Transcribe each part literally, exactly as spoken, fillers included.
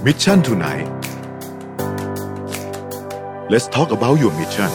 Mission tonight. Let's talk about your mission.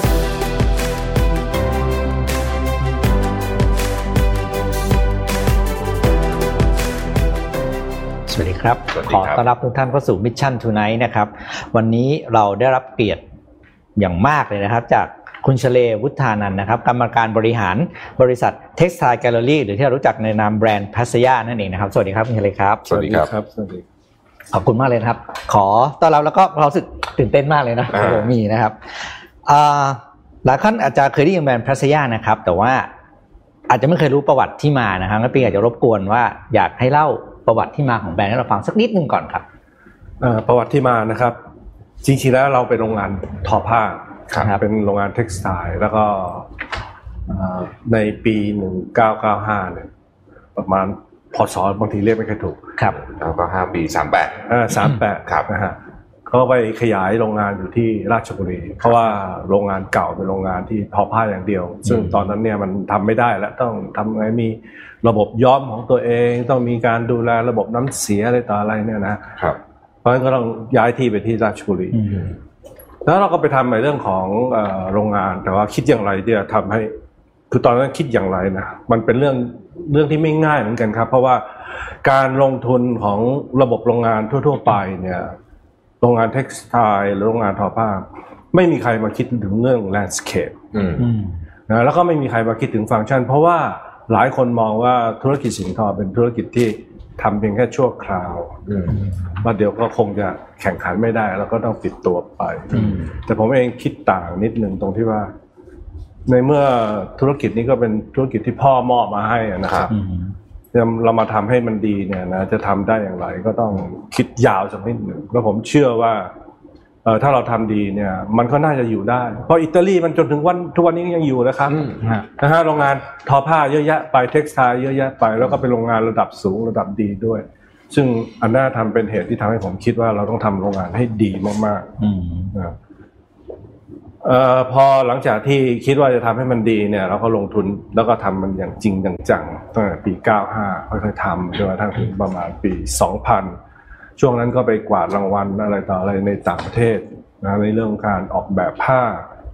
สวัสดีครับขอต้อนรับทุกท่านเข้าสู่ Mission Tonight นะครับวันนี้เราได้รับเกียรติอย่างมากเลยนะครับจากคุณชเลวุฒานันท์นะครับกรรมการบริหารบริษัท Textile Gallery หรือที่เรารู้จักในนามแบรนด์พัสยานั่นเองนะครับสวัสดีครับคุณชเลครับสวัสดีครับสวัสดีขอบคุณมากเลยครับขอต้อนรับแล้วก็รู้สึกตื่นเต้นมากเลยนะโอ้โหมีนะครับหลายท่านอาจจะเคยได้ยินแบรนด์พัสยานะครับแต่ว่าอาจจะไม่เคยรู้ประวัติที่มานะครับงั้นปีอาจจะรบกวนว่าอยากให้เล่าประวัติที่มาของแบรนด์ให้เราฟังสักนิดนึงก่อนครับประวัติที่มานะครับจริงๆแล้วเราเป็นโรงงานทอผ้าเป็นโรงงานเท็กซ์ไทล์แล้วก็ในปีหนึ่งพันเก้าร้อยเก้าสิบห้าเนี่ยประมาณพศบางทีเรียกไม่ค่อยถูกครับแล้วก็ห้าปีสามสิบแปดเออสามสิบแปดครับนะฮะก็ไปขยายโรงงานอยู่ที่ราชบุรีเพราะว่าโรงงานเก่าเป็นโรงงานที่ทอผ้าอย่างเดียวซึ่งตอนนั้นเนี่ยมันทำไม่ได้แล้วต้องทำไงมีระบบย้อมของตัวเองต้องมีการดูแลระบบน้ำเสียอะไรต่ออะไรเนี่ยนะครับเพราะฉะนั้นก็ต้องย้ายที่ไปที่ราชบุรีแล้วเราก็ไปทำในเรื่องของเอ่อโรงงานแต่ว่าคิดอย่างไรที่จะทำให้คือตอนนั้นคิดอย่างไรนะมันเป็นเรื่องเรื่องที่ไม่ง่ายเหมือนกันครับเพราะว่าการลงทุนของระบบโรงงานทั่วๆไปเนี่ยโรงงานเท็กซ์ไทล์หรือโรงงานทอผ้าไม่มีใครมาคิดถึงเรื่องแลนด์สเคปนะแล้วก็ไม่มีใครมาคิดถึงฟังก์ชันเพราะว่าหลายคนมองว่าธุรกิจสินทอเป็นธุรกิจที่ทำเพียงแค่ชั่วคราวว่าเดี๋ยวก็คงจะแข่งขันไม่ได้แล้วก็ต้องปิดตัวไปแต่ผมเองคิดต่างนิดนึงตรงที่ว่าในเมื่อธุรกิจนี้ก็เป็นธุรกิจที่พ่อมอบมาให้นะครับเรามาทำให้มันดีเนี่ยนะจะทำได้อย่างไรก็ต้องคิดยาวสักนิดหนึ่งแล้วผมเชื่อว่าเอ่อถ้าเราทำดีเนี่ยมันก็น่าจะอยู่ได้เพราะอิตาลีมันจนถึงวันทุกวันนี้ยังอยู่นะครับนะฮะโรงงานทอผ้าเยอะแยะไปเท็กซ์ไทล์เยอะแยะไปแล้วก็เป็นโรงงานระดับสูงระดับดีด้วยซึ่งอันน่าทำเป็นเหตุที่ทำให้ผมคิดว่าเราต้องทำโรงงานให้ดีมากๆนะครับเอ่อพอหลังจากที่คิดว่าจะทำให้มันดีเนี่ยเราก็ลงทุนแล้วก็ทำมันอย่างจริงจังๆตั้งแต่ปีเก้าสิบห้าค่อยๆทำจนกระทั่งถึงประมาณปีสองพันช่วงนั้นก็ไปกวาดรางวัลอะไรต่ออะไรในต่างประเทศนะในเรื่องการออกแบบผ้า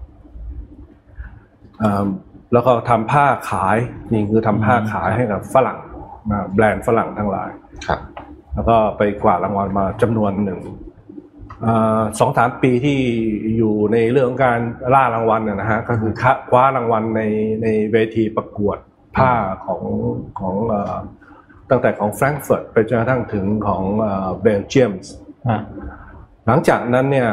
แล้วก็ทำผ้าขายนี่คือทำผ้าขายให้กับฝรั่งนะแบรนด์ฝรั่งทั้งหลายครับแล้วก็ไปกวาดรางวัลมาจำนวนหนึ่งสองสามปีที่อยู่ในเรื่องการล่ารางวัลเนี่ยนะฮะก็คือคว้ารางวัลในในเวทีประกวดผ้าของของตั้งแต่ของแฟรงก์เฟิร์ตไปจนกระทั่งถึงของเบลเยียมหลังจากนั้นเนี่ย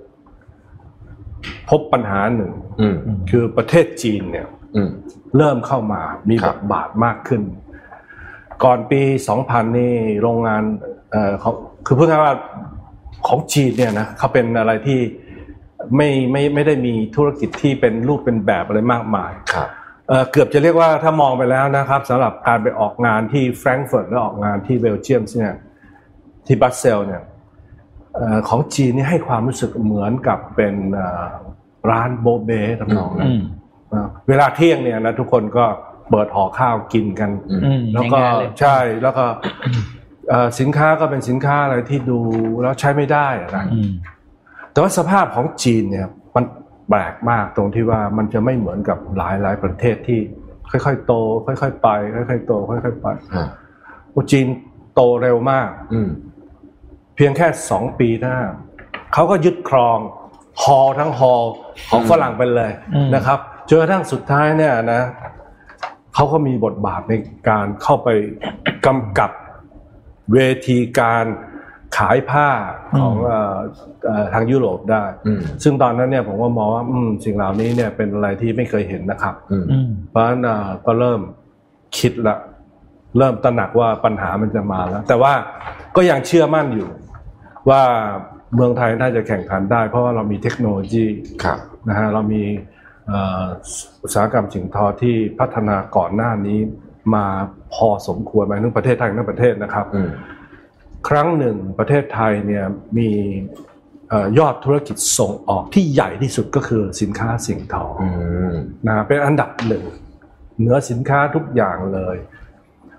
พบปัญหาหนึ่งคือประเทศจีนเนี่ยเริ่มเข้ามามีบทบาทมากขึ้นก่อนปีสองพันนี่โรงงานเอ่อเขาคือพูดง่ายๆว่าของจีนเนี่ยนะเขาเป็นอะไรที่ไม่ไม่ไม่ได้มีธุรกิจที่เป็นรูปเป็นแบบอะไรมากมายครับเอ่อเกือบจะเรียกว่าถ้ามองไปแล้วนะครับสำหรับการไปออกงานที่แฟรงก์เฟิร์ตและออกงานที่เบลเยียมเนี่ยที่บรัสเซลส์เนี่ยเอ่อของจีนนี่ให้ความรู้สึกเหมือนกับเป็นเอ่อร้านโบเบ้ทำนองนั้นเวลาเที่ยงเนี่ยนะทุกคนก็เปิดห่อข้าวกินกันแล้วก็ใช่แล้วก็สินค้าก็เป็นสินค้าอะไรที่ดูแล้วใช้ไม่ได้นะแต่ว่าสภาพของจีนเนี่ยมันแปลกมากตรงที่ว่ามันจะไม่เหมือนกับหลายหลายประเทศที่ค่อยๆโตค่อยๆไปค่อยๆโตค่อยๆไปจีนโตเร็วมากเพียงแค่สองปีหน้าเขาก็ยึดครองฮอลทั้งฮอลของฝรั่งไปเลยนะครับจนกระทั่งสุดท้ายเนี่ยนะเขาก็มีบทบาทในการเข้าไปกำกับเวทีการขายผ้าของเอ่อเอ่อทางยุโรปได้ซึ่งตอนนั้นเนี่ยผมก็มองว่าอืมสิ่งเหล่านี้เนี่ยเป็นอะไรที่ไม่เคยเห็นนะครับเพราะฉะนั้นก็เริ่มคิดละเริ่มตระหนักว่าปัญหามันจะมาแล้วแต่ว่าก็ยังเชื่อมั่นอยู่ว่าเมืองไทยน่าจะแข่งขันได้เพราะว่าเรามีเทคโนโลยีนะฮะเรามีอุตสาหกรรมสิ่งทอที่พัฒนาก่อนหน้านี้มาพอสมควรหมายถึงประเทศไทยทั้งประเทศนะครับครั้งหนึ่งประเทศไทยเนี่ยมียอดธุรกิจส่งออกที่ใหญ่ที่สุดก็คือสินค้าสิ่งทอนะเป็นอันดับหนึ่งเหนือสินค้าทุกอย่างเลย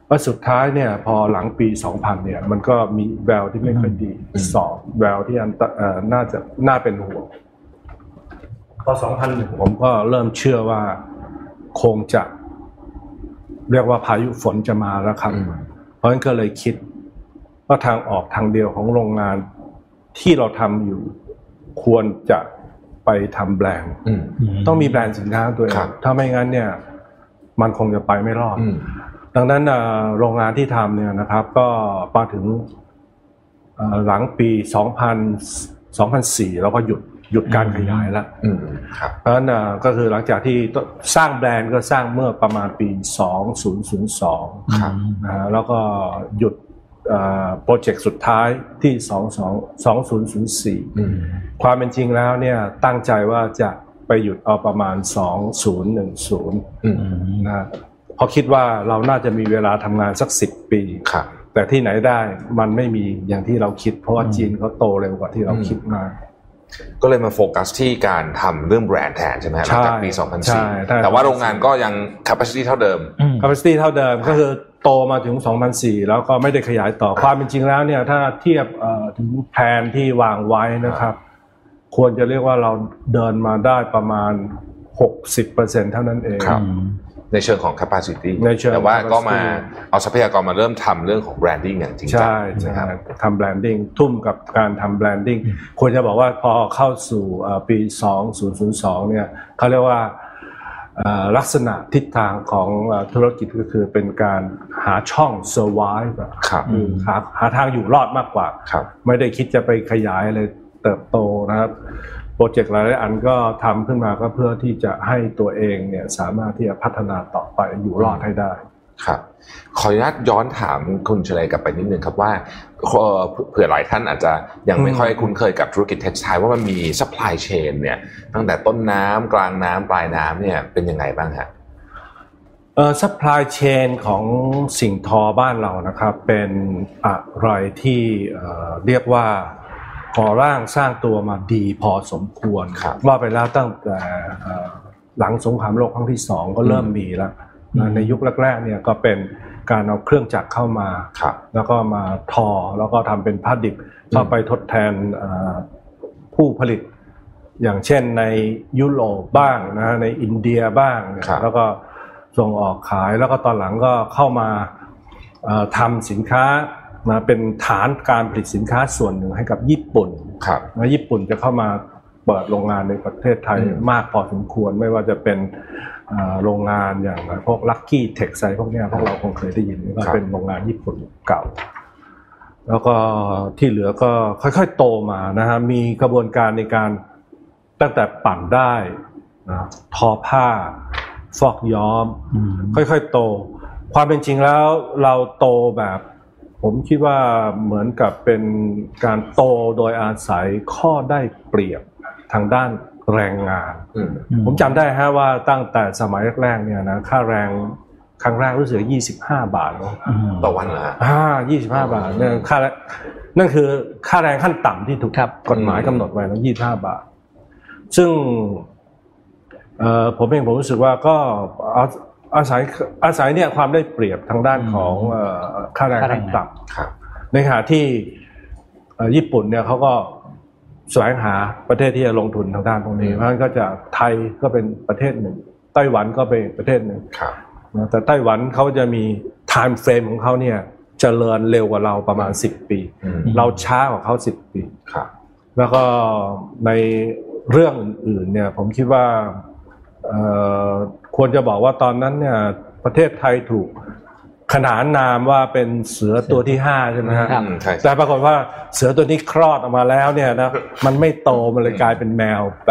ว่าสุดท้ายเนี่ยพอหลังปีสองพันเนี่ยมันก็มีแววที่ไม่ค่อยดีสองแววที่อันเอ่อน่าจะน่าเป็นห่วงพอสองพันหนึ่งผมก็เริ่มเชื่อว่าคงจะเรียกว่าพายุฝนจะมาแล้วครับเพราะฉะนั้นก็เลยคิดว่าทางออกทางเดียวของโรงงานที่เราทำอยู่ควรจะไปทำแบรนด์ต้องมีแบรนด์สินค้าตัวเองถ้าไม่งั้นเนี่ยมันคงจะไปไม่รอดดังนั้นโรงงานที่ทำเนี่ยนะครับก็มาถึงหลังปีสองพัน สองพันสี่เราก็หยุดหยุดการขยายแล้วเพราะฉะนั้นก็คือหลังจากที่สร้างแบรนด์ก็สร้างเมื่อประมาณปีสองพันสองนะฮะแล้วก็หยุดโปรเจกต์สุดท้ายที่สองพันสี่ความเป็นจริงแล้วเนี่ยตั้งใจว่าจะไปหยุดเอาประมาณสองพันสิบนะเพราะคิดว่าเราน่าจะมีเวลาทำงานสักสิบปีแต่ที่ไหนได้มันไม่มีอย่างที่เราคิดเพราะว่าจีนเขาโตเร็วกว่าที่เราคิดมากก็เลยมาโฟกัสที่การทำเรื่องแบรนด์แทนใช่ไหมหลังจากปีสองพันสี่แต่ว่าโรงงานก็ยัง capacity เท่าเดิม capacity เท่าเดิมก็คือโตมาถึงสองพันสี่แล้วก็ไม่ได้ขยายต่อความเป็นจริงแล้วเนี่ยถ้าเทียบถึงแผนที่วางไว้นะครับควรจะเรียกว่าเราเดินมาได้ประมาณ หกสิบเปอร์เซ็นต์ เท่านั้นเองในเชิงของ capacity แต่ว่าก็มาเอาทรัพยากรมาเริ่มทำเรื่องของ branding อย่างจริงจังใช่ใช่ทำ branding ทุ่มกับการทำ branding ควรจะบอกว่าพอเข้าสู่ปีสองพันสองเนี่ยเขาเรียกว่าลักษณะทิศทางของธุรกิจก็คือเป็นการหาช่อง survive คือหาหาทางอยู่รอดมากกว่าไม่ได้คิดจะไปขยายอะไรเติบโตนะครับโปรเจกต์หลายๆอันก็ทำขึ้นมาก็เพื่อที่จะให้ตัวเองเนี่ยสามารถที่จะพัฒนาต่อไปอยู่รอดให้ได้ครับขออนุญาตย้อนถามคุณเฉลยกลับไปนิดนึงครับว่าเผื่อหลายท่านอาจจะยังไม่ค่อยคุ้นเคยกับธุรกิจเท็กซ์ไทล์ว่ามันมี supply chain เนี่ยตั้งแต่ต้นน้ำกลางน้ำปลายน้ำเนี่ยเป็นยังไงบ้างฮะเอ่อ supply chain ของสิ่งทอบ้านเรานะครับเป็นอะไรที่เอ่อเรียกว่าก่อร่างสร้างตัวมาดีพอสมควรว่าไปแล้วตั้งแต่หลังสงครามโลกครั้งที่สองก็เริ่มมีแล้วในยุคแรกๆเนี่ยก็เป็นการเอาเครื่องจักรเข้ามาแล้วก็มาทอแล้วก็ทำเป็นผ้าดิบเข้าไปทดแทนผู้ผลิตอย่างเช่นในยุโรปบ้างนะในอินเดียบ้างแล้วก็ส่งออกขายแล้วก็ตอนหลังก็เข้ามาทำสินค้ามาเป็นฐานการผลิตสินค้าส่วนหนึ่งให้กับญี่ปุ่นนะญี่ปุ่นจะเข้ามาเปิดโรงงานในประเทศไทยมากพอสมควรไม่ว่าจะเป็นโรงงานอย่างพวก Lucky Tech ไซพวกนี้พวกเราคงเคยได้ยินว่าเป็นโรงงานญี่ปุ่นเก่าแล้วก็ที่เหลือก็ค่อยๆโตมานะฮะมีกระบวนการในการตั้งแต่ปั่นได้นะทอผ้าฟอกย้อมค่อยๆโตความเป็นจริงแล้วเราโตแบบผมคิดว่าเหมือนกับเป็นการโตโดยอาศัยข้อได้เปรียบทางด้านแรงงานผมจำได้ฮะว่าตั้งแต่สมัยแรกๆเนี่ยนะค่าแรงครั้งแรกรู้สึกยี่สิบห้าบาทต่อวันเหรออ่ายี่สิบห้าบาทเนี่ยค่านั่นคือค่าแรงขั้นต่ำที่ถูกกฎหมายกำหนดไว้นะยี่สิบห้าบาทซึ่งเอ่อผมเองผมรู้สึกว่าก็อาศัยอาศัยเนี่ยความได้เปรียบทางด้านของเอ่อค่าแรงขั้นต่ำในขณะที่ญี่ปุ่นเนี่ยเขาก็แสวงหาประเทศที่จะลงทุนทางด้านตรงนี้เพราะฉะนั้นก็จะไทยก็เป็นประเทศหนึ่งไต้หวันก็เป็นประเทศหนึ่งแต่ไต้หวันเขาจะมี time frame ของเขาเนี่ยเจริญเร็วกว่าเราประมาณสิบปีเราช้ากว่าเขาสิบปีแล้วก็ในเรื่องอื่นๆเนี่ยผมคิดว่าควรจะบอกว่าตอนนั้นเนี่ยประเทศไทยถูกขนานนามว่าเป็นเสือตัวที่ห้าใช่ไหมครับแต่ปรากฏว่าเสือตัวนี้คลอดออกมาแล้วเนี่ยนะมันไม่โตมันเลยกลายเป็นแมวไป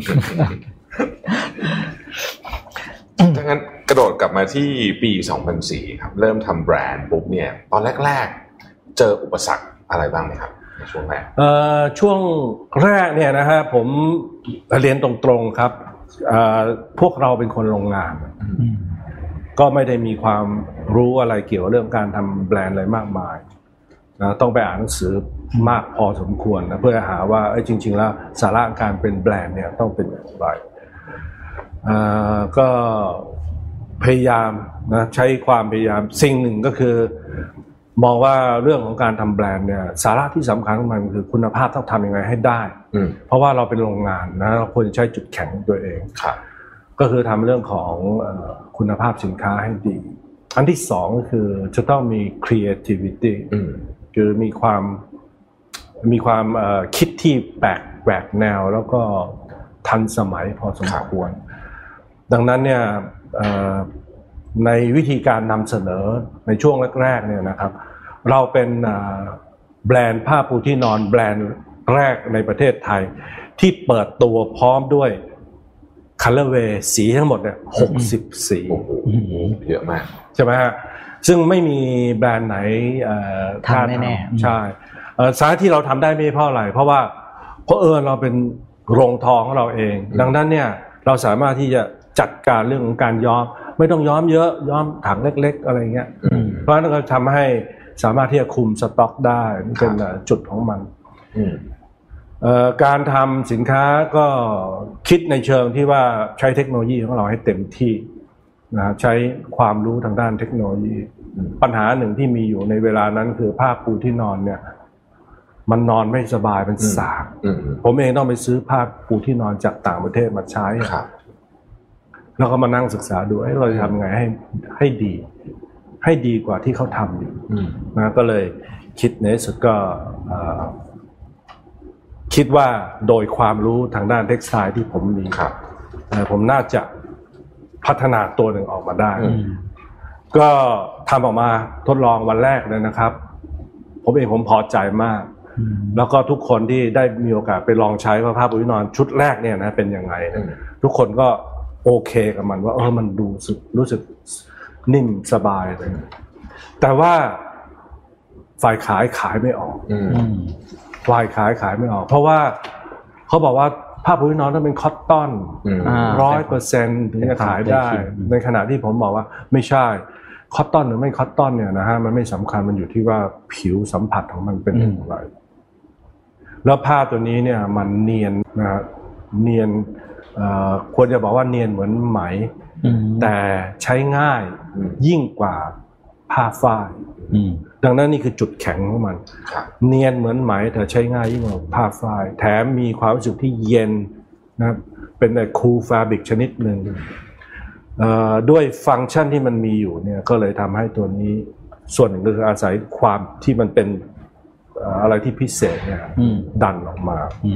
ถ้างั้นกระโดดกลับมาที่ปีสองพันสี่ครับเริ่มทำแบรนด์ปุ๊บเนี่ยตอนแรกๆเจออุปสรรคอะไรบ้างไหมครับในช่วงแรกเอ่อช่วงแรกเนี่ยนะฮะผมเรียนตรงๆครับเอ่อพวกเราเป็นคนโรงงานก็ไม่ได้มีความรู้อะไรเกี่ยวกับเรื่องการทำแบรนด์อะไรมากมายนะต้องไปอ่านหนังสือมากพอสมควรนะเพื่อหาว่าเอ้ยจริงๆแล้วสาระการเป็นแบรนด์เนี่ยต้องเป็นอย่างไรอ่าก็พยายามนะใช้ความพยายามสิ่งหนึ่งก็คือมองว่าเรื่องของการทำแบรนด์เนี่ยสาระที่สำคัญของมันคือคุณภาพต้องทำยังไงให้ได้เพราะว่าเราเป็นโรงงานนะเราควรจะใช้จุดแข็งของตัวเองก็คือทำเรื่องของคุณภาพสินค้าให้ดีอันที่สองก็คือจะต้องมี creativity คือมีความมีความคิดที่แปลกแหวกแนวแล้วก็ทันสมัยพอสมควรดังนั้นเนี่ยในวิธีการนำเสนอในช่วงแรกๆเนี่ยนะครับเราเป็นแบรนด์ผ้าปูที่นอนแบรนด์แรกในประเทศไทยที่เปิดตัวพร้อมด้วยคัลเลอร์เวย์สีทั้งหมดเนี่ยหกสิบสีเยอะมากใช่ไหมฮะซึ่งไม่มีแบรนด์ไหนทำแน่ๆใช่สาเหตุที่เราทำได้ไม่เพราะอะไรเพราะว่าเพราะเออเราเป็นโรงทองของเราเองดังนั้นเนี่ยเราสามารถที่จะจัดการเรื่องของการย้อมไม่ต้องย้อมเยอะย้อมถังเล็กๆอะไรเงี้ยเพราะฉะนั้นก็ทำให้สามารถที่จะคุมสต็อกได้เป็นจุดของมันการทำสินค้าก็คิดในเชิงที่ว่าใช้เทคโนโลยีของเราให้เต็มที่นะใช้ความรู้ทางด้านเทคโนโลยีปัญหาหนึ่งที่มีอยู่ในเวลานั้นคือผ้าปูที่นอนเนี่ยมันนอนไม่สบายเป็นสากผมเองต้องไปซื้อผ้าปูที่นอนจากต่างประเทศมาใช้แล้วก็มานั่งศึกษาดูเราจะทำไงให้ให้ดีให้ดีกว่าที่เขาทำอยู่นะก็เลยคิดในสุดก็คิดว่าโดยความรู้ทางด้านเท็กซ์ไทล์ที่ผมมีผมน่าจะพัฒนาตัวหนึ่งออกมาได้ก็ทำออกมาทดลองวันแรกเลยนะครับผมเองผมพอใจมากแล้วก็ทุกคนที่ได้มีโอกาสไปลองใช้ผ้าปูที่นอนชุดแรกเนี่ยนะเป็นยังไงทุกคนก็โอเคกับมันว่าเออมันดูสึกรู้สึกนิ่มสบายเลยแต่ว่าฝ่ายขายขายไม่ออกฝ่ายขายขายไม่ออกเพราะว่าเขาบอกว่าผ้าปูที่นอนต้องเป็นคอตตอนร้อยเปอร์เซ็นต์ถึงจะขายได้ในขณะที่ผมบอกว่าไม่ใช่คอตตอนหรือไม่คอตตอนเนี่ยนะฮะมันไม่สำคัญมันอยู่ที่ว่าผิวสัมผัสของมันเป็นอย่างไรแล้วผ้าตัวนี้เนี่ยมันเนียนนะฮะเนียนควรจะบอกว่าเนียนเหมือนไหมแต่ใช้ง่ายยิ่งกว่าผ้าฝ้ายดังนั้นนี่คือจุดแข็งของมันเนียนเหมือนไหมแต่ใช้ง่ายยิ่งกว่าผ้าฝ้ายแถมมีความรู้สึกที่เย็นนะเป็นแบบคูลฟาบริกชนิดหนึ่งด้วยฟังก์ชันที่มันมีอยู่เนี่ยก็เลยทำให้ตัวนี้ส่วนหนึ่งคืออาศัยความที่มันเป็นอะไรที่พิเศษเนี่ยดันออกมา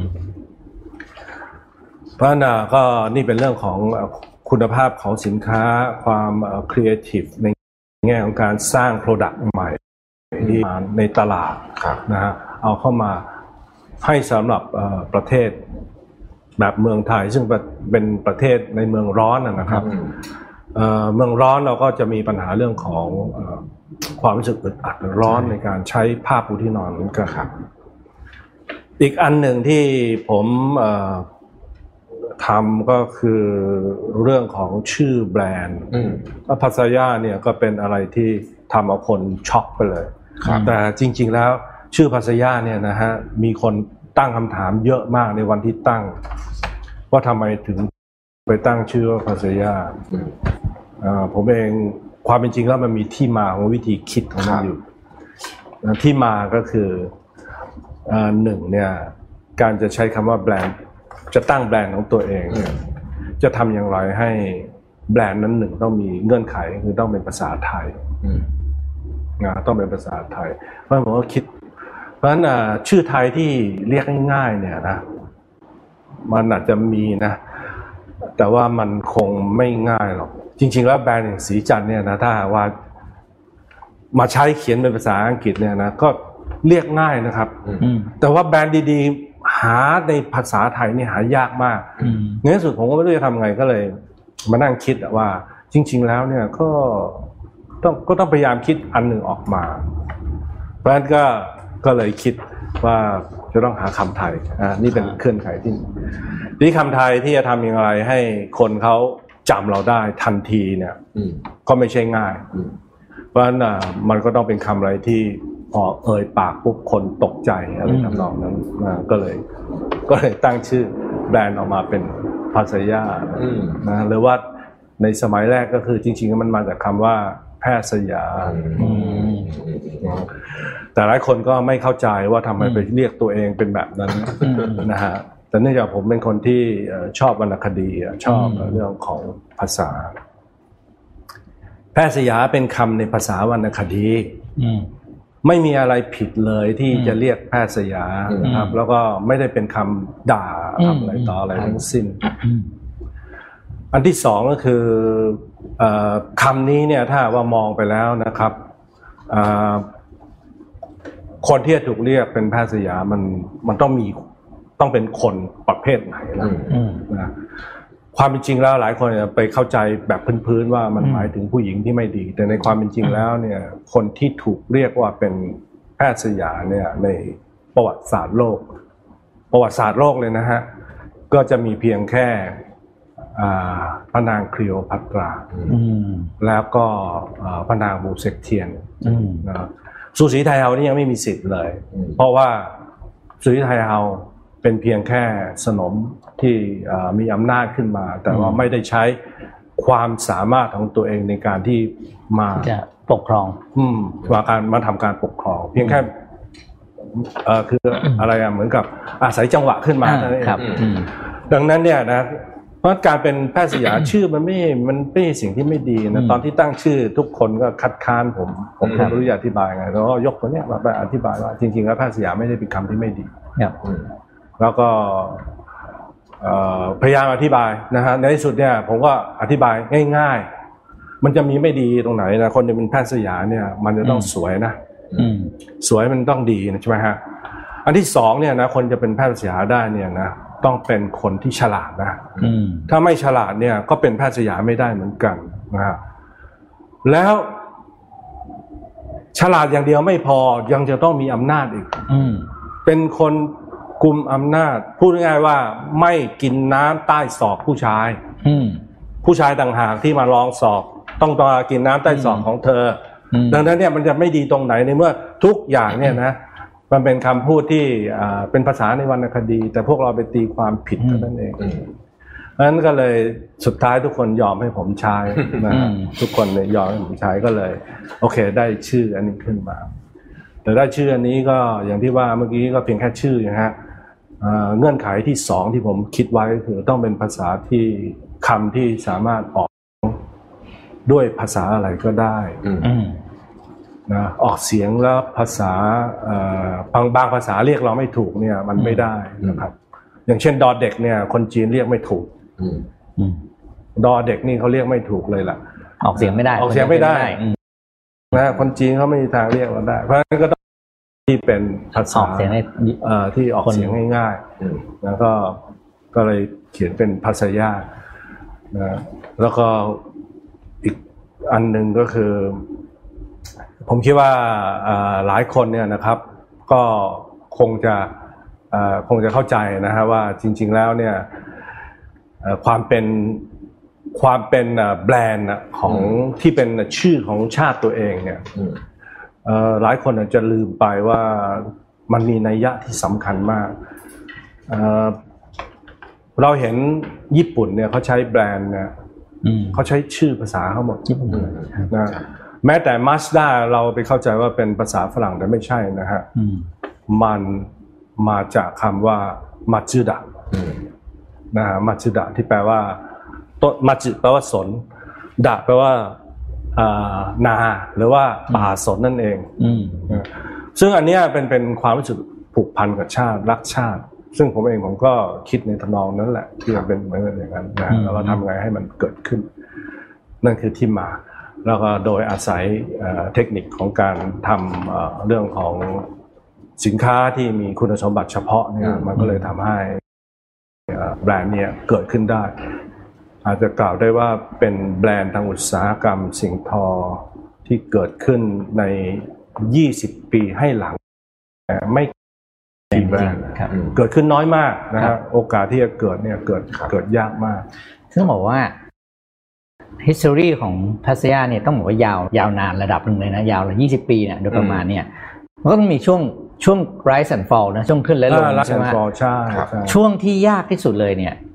เพราะน่ะก็นี่เป็นเรื่องของคุณภาพของสินค้าความครีเอทีฟในแง่ของการสร้างโปรดักต์ใหม่ที่ในตลาดนะฮะเอาเข้ามาให้สำหรับประเทศแบบเมืองไทยซึ่งเป็นประเทศในเมืองร้อนนะครับเมืองร้อนเราก็จะมีปัญหาเรื่องของความรู้สึกอึดอัดร้อนในการใช้ผ้าปูที่นอนนั่นก็ครับอีกอันหนึ่งที่ผมทำก็คือเรื่องของชื่อแบรนด์ว่าพัสยาเนี่ยก็เป็นอะไรที่ทำเอาคนช็อกไปเลยแต่จริงๆแล้วชื่อพัสยาเนี่ยนะฮะมีคนตั้งคำถามเยอะมากในวันที่ตั้งว่าทำไมถึงไปตั้งชื่อว่าพัสยาผมเองความเป็นจริงแล้วมันมีที่มาของวิธีคิดของมันอยู่ที่มาก็คือหนึ่งเนี่ยการจะใช้คำว่าแบรนด์จะตั้งแบรนด์ของตัวเองจะทำอย่างไรให้แบรนด์นั้นหนึ่งต้องมีเงื่อนไขคือต้องเป็นภาษาไทยนะต้องเป็นภาษาไทยเพราะผมก็คิดเพราะฉะนั้นชื่อไทยที่เรียกง่ายๆเนี่ยนะมันอาจจะมีนะแต่ว่ามันคงไม่ง่ายหรอกจริงๆแล้วแบรนด์อย่างสีจันทร์เนี่ยนะถ้าว่ามาใช้เขียนเป็นภาษาอังกฤษเนี่ยนะก็เรียกง่ายนะครับแต่ว่าแบรนด์ดีๆหาในภาษาไทยนี่หายากมากในที่สุดผมก็ไม่รู้จะทำไงก็เลยมานั่งคิดว่าจริงๆแล้วเนี่ยก็ต้องก็ต้องพยายามคิดอันหนึ่งออกมาเพราะฉะนั้นก็ก็เลยคิดว่าจะต้องหาคำไทยอ่านี่เป็นเคลื่อนไขที่นี่คำไทยที่จะทำอย่างไรให้คนเขาจำเราได้ทันทีเนี่ยก็ไม่ใช่ง่ายเพราะฉะนั้นมันก็ต้องเป็นคำอะไรที่พอเอ่ยปากปุ๊บคนตกใจอะไรทำนองนั้นก็เลยก็เลยตั้งชื่อแบรนด์ออกมาเป็นพัสยานะหรือว่าในสมัยแรกก็คือจริงๆมันมาจากคำว่าแพทย์สยามแต่หลายคนก็ไม่เข้าใจว่าทำไมไปเรียกตัวเองเป็นแบบนั้นนะฮะแต่เนื่องจากผมเป็นคนที่ชอบวรรณคดีชอบเรื่องของภาษาแพทย์สยามเป็นคำในภาษาวรรณคดีไม่มีอะไรผิดเลยที่จะเรียกแพทย์สยามนะครับแล้วก็ไม่ได้เป็นคำด่าคำอะไรต่ออะไรทั้งสิ้นอันที่สองก็คือคำนี้เนี่ยถ้าว่ามองไปแล้วนะครับคนที่จะถูกเรียกเป็นแพทย์สยามมันมันต้องมีต้องเป็นคนประเภทไหนนะนะความเป็นจริงแล้วหลายคนไปเข้าใจแบบพื้นๆว่ามันหมายถึงผู้หญิงที่ไม่ดีแต่ในความเป็นจริงแล้วเนี่ยคนที่ถูกเรียกว่าเป็นแพทย์สยามเนี่ยในประวัติศาสตร์โลกประวัติศาสตร์โลกเลยนะฮะก็จะมีเพียงแค่พระนางคลีโอพัตราแล้วก็พระนางบูเซ็กเทียนนะสุสีไทเฮานี่ยังไม่มีสิทธิ์เลยเพราะว่าสุสีไทเฮาเป็นเพียงแค่สนมที่มีอำนาจขึ้นมาแต่ว่าไม่ได้ใช้ความสามารถของตัวเองในการที่มาปกครองอืมมาการมาทำการปกครองเพียงแค่เอ่อคืออะไรอ่ะเหมือนกับอาศัยจังหวะขึ้นมาเท่านั้นเองดังนั้นเนี่ยนะเพราะการเป็นแพทย์สยามชื่อมันไม่มันไม่ใช่สิ่งที่ไม่ดีนะตอนที่ตั้งชื่อทุกคนก็คัดค้านผมผมไม่รู้จะอธิบายไงแล้วก็ยกตัวเนี้ยมาอธิบายว่าจริงๆแล้วแพทย์สยามไม่ได้เป็นคำที่ไม่ดีแล้วก็พยายามอธิบายนะฮะในที่สุดเนี่ยผมก็อธิบายง่ายๆมันจะมีไม่ดีตรงไหนนะคนจะเป็นแพทย์สยามเนี่ยมันจะต้องสวยนะสวยมันต้องดีนะใช่ไหมฮะอันที่สองเนี่ยนะคนจะเป็นแพทย์สยามได้เนี่ยนะต้องเป็นคนที่ฉลาดนะถ้าไม่ฉลาดเนี่ยก็เป็นแพทย์สยามไม่ได้เหมือนกันนะฮะแล้วฉลาดอย่างเดียวไม่พอยังจะต้องมีอำนาจอีกเป็นคนกุมอำนาจพูดง่ายๆว่าไม่กินน้ำใต้ศอกผู้ชายผู้ชายต่างหากที่มาลองศอกต้องต้องกินน้ำใต้ศอกของเธอดังนั้นเนี่ยมันจะไม่ดีตรงไหนในเมื่อทุกอย่างเนี่ยนะมันเป็นคำพูดที่เป็นภาษาในวรรณคดีแต่พวกเราไปตีความผิดเท่านั้นเองเพราะฉะนั้นก็เลยสุดท้ายทุกคนยอมให้ผมใช้นะทุกคนเนี่ยยอมให้ผมใช้ก็เลยโอเคได้ชื่ออันนี้ขึ้นมาแต่ได้ชื่ออันนี้ก็อย่างที่ว่าเมื่อกี้ก็เพียงแค่ชื่อนะฮะเงื่อนไขที่สองที่ผมคิดไว้ก็คือต้องเป็นภาษาที่คำที่สามารถออกด้วยภาษาอะไรก็ได้นะออกเสียงแล้วภาษาบางบางภาษาเรียกเราไม่ถูกเนี่ยมันไม่ได้นะครับอย่างเช่นดอเด็กเนี่ยคนจีนเรียกไม่ถูกดอเด็กนี่เขาเรียกไม่ถูกเลยล่ะออกเสียงไม่ได้ออกเสียงไม่ได้นะคนจีนเขาไม่มีทางเรียกเราได้เพราะฉะนั้นก็ต้องที่เป็นภาษาที่ออกเสียงง่ายๆแล้วก็ก็เลยเขียนเป็นภาษายานะแล้วก็อีกอันหนึ่งก็คือผมคิดว่าหลายคนเนี่ยนะครับก็คงจะคงจะเข้าใจนะฮะว่าจริงๆแล้วเนี่ยความเป็นความเป็นแบรนด์ของที่เป็นชื่อของชาติตัวเองเนี่ยหลายคนอาจจะลืมไปว่ามันมีนัยยะที่สำคัญมากเราเห็นญี่ปุ่นเนี่ยเขาใช้แบรนด์เนี่ยเขาใช้ชื่อภาษาเขาหมดญี่ปุ่นนะแม้แต่ Mazda เราไปเข้าใจว่าเป็นภาษาฝรั่งแต่ไม่ใช่นะฮะมันมาจากคำว่ามัตสึดะนะฮะมัตสึดะที่แปลว่าต้นมัตสึแปลว่าสนดะแปลว่านาหรือว่าป่าสนนั่นเองซึ่งอันนี้เป็นเป็นความรู้สึกผูกพันกับชาติรักชาติซึ่งผมเองผมก็คิดในทำนองนั้นแหละที่มันเป็นเหมือนอย่างนั้นนะแล้วเราทำไงให้มันเกิดขึ้นนั่นคือที่มาแล้วก็โดยอาศัยเทคนิคของการทำเรื่องของสินค้าที่มีคุณสมบัติเฉพาะเนี่ยมันก็เลยทำให้แบรนด์เนี่ยเกิดขึ้นได้อาจจะกล่าวได้ว่าเป็นแบรนด์ทางอุตสาหกรรมสิ่งทอที่เกิดขึ้นในยี่สิบปีให้หลังไม่กี่แบรนด์เกิดขึ้นน้อยมากนะครับโอกาสที่จะเกิดเนี่ยเกิดเกิดยากมากซึ่งบอกว่า history ของพัทยาเนี่ยต้องบอกว่ายาวยาวนานระดับหนึ่งเลยนะยาวเลยยี่สิบปีเนี่ยโดยประมาณเนี่ยมันก็ต้องมีช่วงช่วง rise and fall นะช่วงขึ้นและลงใช่ไหมช่วงที่ยากที่สุดเลยเนี่ย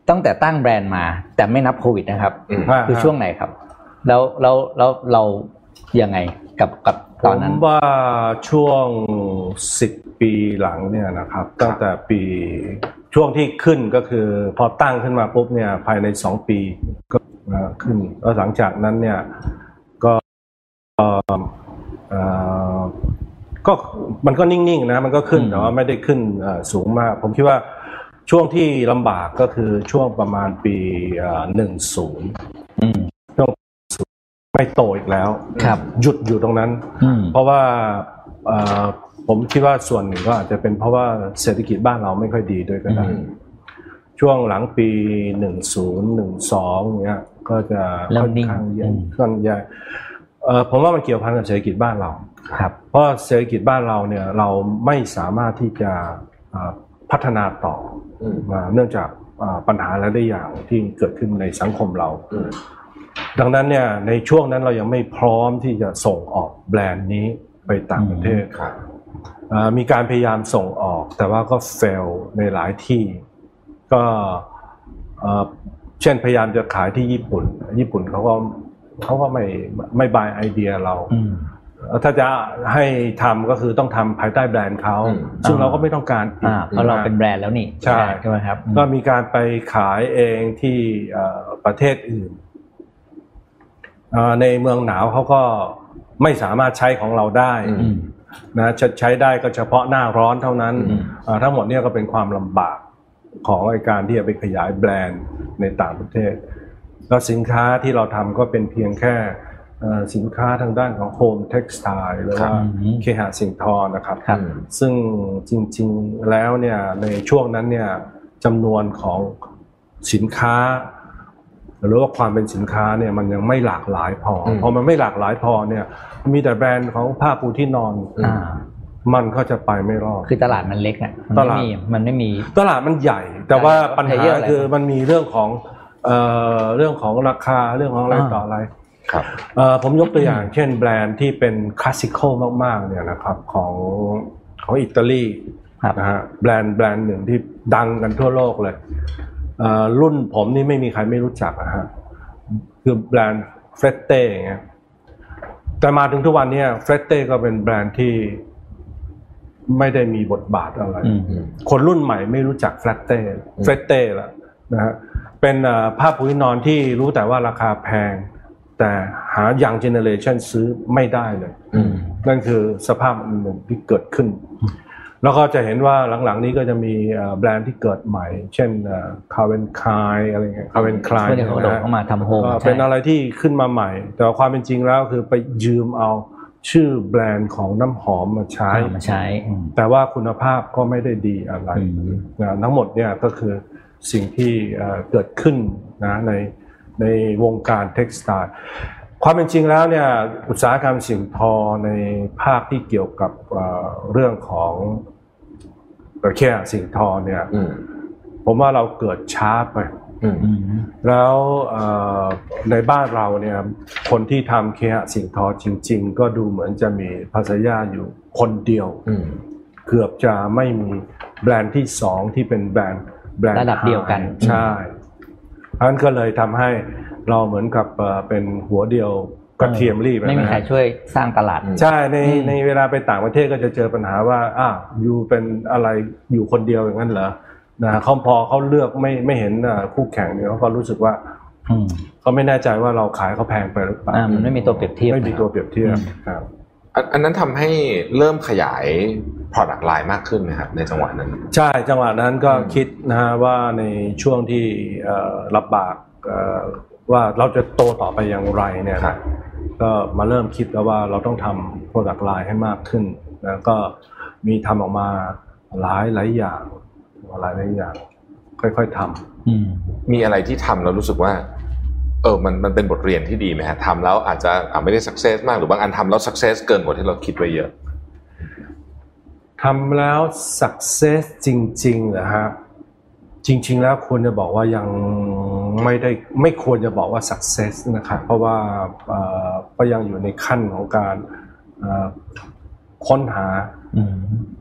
ตั้งแต่ตั้งแบรนด์มาแต่ไม่นับโควิดนะครับคือช่วงไหนครับแล้วแล้วแล้วเรายังไงกับกับตอนนั้นผมว่าช่วงสิบปีหลังเนี่ยนะครับตั้งแต่ปีช่วงที่ขึ้นก็คือพอตั้งขึ้นมาปุ๊บเนี่ยภายในสองปีก็ขึ้นแล้วหลังจากนั้นเนี่ยก็เอ่อก็มันก็นิ่งๆนะมันก็ขึ้นแต่ว่าไม่ได้ขึ้นสูงมากผมคิดว่าช่วงที่ลำบากก็คือช่วงประมาณปีหนึ่งศูนย์ช่วงไม่โตอีกแล้วหยุดอยู่ตรงนั้นเพราะว่าผมคิดว่าส่วนหนึ่งก็อาจจะเป็นเพราะว่าเศรษฐกิจบ้านเราไม่ค่อยดีด้วยก็ได้ช่วงหลังปีหนึ่งศูนย์ หนึ่งสองเงี้ยก็จะค่อนข้างแย่ค่อนข้างแย่เอ่อผมว่ามันเกี่ยวพันกับเศรษฐกิจบ้านเราครับเพราะเศรษฐกิจบ้านเราเนี่ยเราไม่สามารถที่จะพัฒนาต่อมาเนื่องจากปัญหาหลายๆอย่างที่เกิดขึ้นในสังคมเราดังนั้นเนี่ยในช่วงนั้นเรายังไม่พร้อมที่จะส่งออกแบรนด์นี้ไปต่างประเทศมีการพยายามส่งออกแต่ว่าก็ fail ในหลายที่ก็เช่นพยายามจะขายที่ญี่ปุ่นญี่ปุ่นเขาก็เขาก็ไม่ไม่บายไอเดียเราถ้าจะให้ทำก็คือต้องทำภายใต้แบรนด์เขาซึ่งเราก็ไม่ต้องการเพราะเราเป็นแบรนด์แล้วนี่ใช่ใช่ไหมครับก็มีการไปขายเองที่ประเทศอื่นในเมืองหนาวเขาก็ไม่สามารถใช้ของเราได้นะใช้ได้ก็เฉพาะหน้าร้อนเท่านั้นทั้งหมดเนี่ยก็เป็นความลำบากของการที่จะไปขยายแบรนด์ในต่างประเทศแล้วสินค้าที่เราทำก็เป็นเพียงแค่สินค้าทางด้านของโฮมเท็กซ์ไทล์หรือว่าเคหะสิ่งทอนะครับซึ่งจริงๆแล้วเนี่ยในช่วงนั้นเนี่ยจำนวนของสินค้าหรือว่าความเป็นสินค้าเนี่ยมันยังไม่หลากหลายพอพอมันไม่หลากหลายพอเนี่ยมีแต่แบรนด์ของผ้าปูที่นอนมันก็จะไปไม่รอดคือตลาดมันเล็กอ่ะตลาดมันไม่มีตลาดมันใหญ่แต่ว่าปัญหาคือมันมีเรื่องของเอ่อเรื่องของราคาเรื่องของอะไรต่ออะไรครับเอ่อผมยกตัวอย่างเช่นแบรนด์ที่เป็นคลาสสิคอลมากๆเนี่ยนะครับของของอิตาลีนะฮะแบรนด์แบรนด์หนึ่งที่ดังกันทั่วโลกเลยเอ่อรุ่นผมนี่ไม่มีใครไม่รู้จักนะฮะคือแบรนด์เฟรเต้อย่างเงี้ยแต่มาถึงทุกวันนี้เฟรเต้ก็เป็นแบรนด์ที่ไม่ได้มีบทบาทอะไรคนรุ่นใหม่ไม่รู้จักเฟรเต้เฟรเต้แล้วนะฮะเป็นผ้าปูที่นอนที่รู้แต่ว่าราคาแพงแต่หายังเจเนอเรชันซื้อไม่ได้เลยนั่นคือสภาพอันหนึ่งที่เกิดขึ้นแล้วก็จะเห็นว่าหลังๆนี้ก็จะมีแบรนด์ที่เกิดใหม่เช่นคาเวนคลายอะไรเงี้ยคาเวนคลายเนี่ยเขาเข้ามาทำโฮมเป็นอะไรที่ขึ้นมาใหม่แต่ความเป็นจริงแล้วคือไปยืมเอาชื่อแบรนด์ของน้ำหอมมาใช้มาใช้แต่ว่าคุณภาพก็ไม่ได้ดีอะไรนะทั้งหมดเนี่ยก็คือสิ่งที่เกิดขึ้นนะในในวงการเท็กซ์ไทล์ความเป็นจริงแล้วเนี่ยอุตสาหกรรมสิ่งทอในภาคที่เกี่ยวกับเรื่องของแค่สิ่งทอเนี่ยผมว่าเราเกิดช้าไปแล้วในบ้านเราเนี่ยคนที่ทำเคหะสิ่งทอจริงๆก็ดูเหมือนจะมีภาษายาอยู่คนเดียวเกือบจะไม่มีแบรนด์ที่สองที่เป็นแบรนด์แบรนด์ระดับเดียวกันใช่เพราะฉะนั้นก็เลยทำให้เราเหมือนกับเป็นหัวเดียวกระเทียมรีบไม่มีใครช่วยสร้างตลาดใช่ในในเวลาไปต่างประเทศก็จะเจอปัญหาว่าอ้าวอยู่เป็นอะไรอยู่คนเดียวอย่างนั้นเหรอนะเขาพอเขาเลือกไม่ไม่เห็นคู่แข่งเนี่ยเขาก็รู้สึกว่าเขาไม่แน่ใจว่าเราขายเขาแพงไปหรือเปล่ามันไม่มีตัวเปรียบเทียบไม่มีตัวเปรียบเทียบครับอันนั้นทำให้เริ่มขยาย product line มากขึ้นนะครับในจังหวะนั้นใช่จังหวะนั้นก็คิดนะฮะว่าในช่วงที่ลำบากว่าเราจะโตต่อไปอย่างไรเนี่ยก็มาเริ่มคิดแล้วว่าเราต้องทำ product line ให้มากขึ้นแล้วก็มีทำออกมาหลายหลายอย่างหลายหลายอย่างค่อยๆทำมีอะไรที่ทำแล้วรู้สึกว่าเออมันมันเป็นบทเรียนที่ดีไหมฮะทำแล้วอาจจะอาจไม่ได้ success มากหรือบางอันทำแล้ว success เกินกว่าที่เราคิดไว้เยอะทำแล้ว success จริงๆเหรอฮะจริงๆแล้วควรจะบอกว่ายังไม่ได้ไม่ควรจะบอกว่า success นะครับเพราะว่าก็ยังอยู่ในขั้นของการค้นหา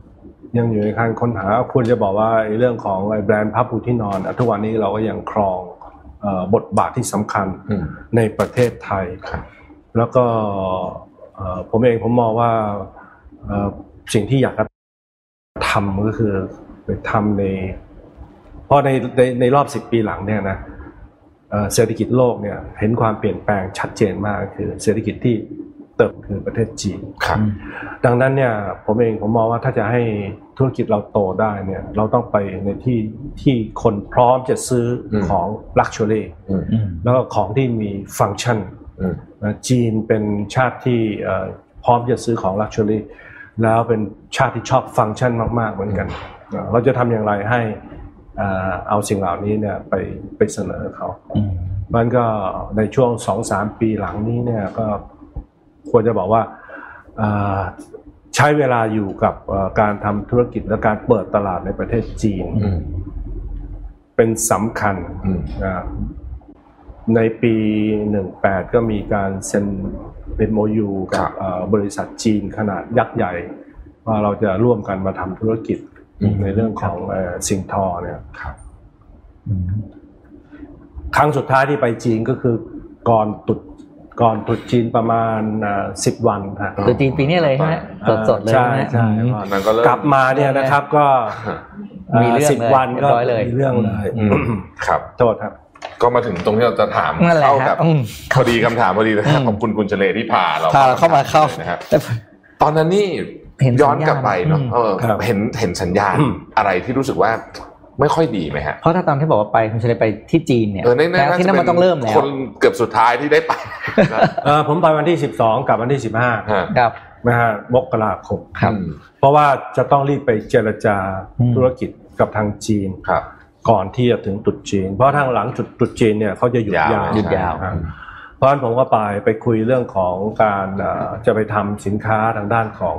ยังอยู่ในการค้นหาควรจะบอกว่าเรื่องของแบรนด์ผ้าปูที่นอนทุกวันนี้เราก็ยังครองบทบาทที่สำคัญในประเทศไทยแล้วก็ผมเองผมมองว่าสิ่งที่อยากจะทำก็คือไปทำในเพราะในในในรอบสิบปีหลังเนี่ยนะเศรษฐกิจโลกเนี่ยเห็นความเปลี่ยนแปลงชัดเจนมากคือเศรษฐกิจที่เติบคือประเทศจีนดังนั้นเนี่ยผมเองผมมองว่าถ้าจะให้ธุรกิจเราโตได้เนี่ยเราต้องไปในที่ที่คนพร้อมจะซื้อของ luxury แล้วก็ของที่มีฟังก์ชันจีนเป็นชาติที่พร้อมจะซื้อของ luxury แล้วเป็นชาติที่ชอบฟังก์ชันมากๆเหมือนกันเราจะทำอย่างไรให้เอาสิ่งเหล่านี้เนี่ยไปไปเสนอเขามันก็ในช่วง สองถึงสาม ปีหลังนี้เนี่ยก็ควรจะบอกว่าใช้เวลาอยู่กับการทำธุรกิจและการเปิดตลาดในประเทศจีนเป็นสำคัญในปีหนึ่งแปดก็มีการเซ็น เอ็ม โอ ยู กับบริษัทจีนขนาดยักษ์ใหญ่ว่าเราจะร่วมกันมาทำธุรกิจในเรื่องของสิ่งทอเนี่ยครั้งสุดท้ายที่ไปจีนก็คือก่อนตุดก่อนตรุษจีนประมาณสิบวันครับตรุษจีนปีนี้เลยใช่ไหมสดๆเลยใช่ใช่กลับมาเนี่ยนะครับก็มีเรื่องสิบวันก็มีเรื่องเลยครับโทษครับก็มาถึงตรงที่เราจะถามเข้ากับพอดีคำถามพอดีนะครับขอบคุณคุณเฉลยที่พาเราเข้ามาเข้านะครับตอนนั้นนี่ย้อนกลับไปเนาะเห็นเห็นสัญญาณอะไรที่รู้สึกว่าไม่ค่อยดีไหมฮะเพราะถ้าตอนที่บอกว่าไปคุณเฉลยไปที่จีนเนี่ยแล้วที่นั่นมันต้องเริ่มแล้วคนเกือบสุดท้ายที่ได้ไปเออผมไปวันที่สิบสองกับวันที่สิบห้าครับนะฮะมกราคมครับเพราะว่าจะต้องรีบไปเจรจาธุรกิจกับทางจีนครับก่อนที่จะถึงตรุษจีนเพราะทางหลังจุดตรุษจีนเนี่ยเขาจะหยุดยาวหยุดยาวเพราะฉะนั้นผมก็ไปไปคุยเรื่องของการจะไปทำสินค้าทางด้านของ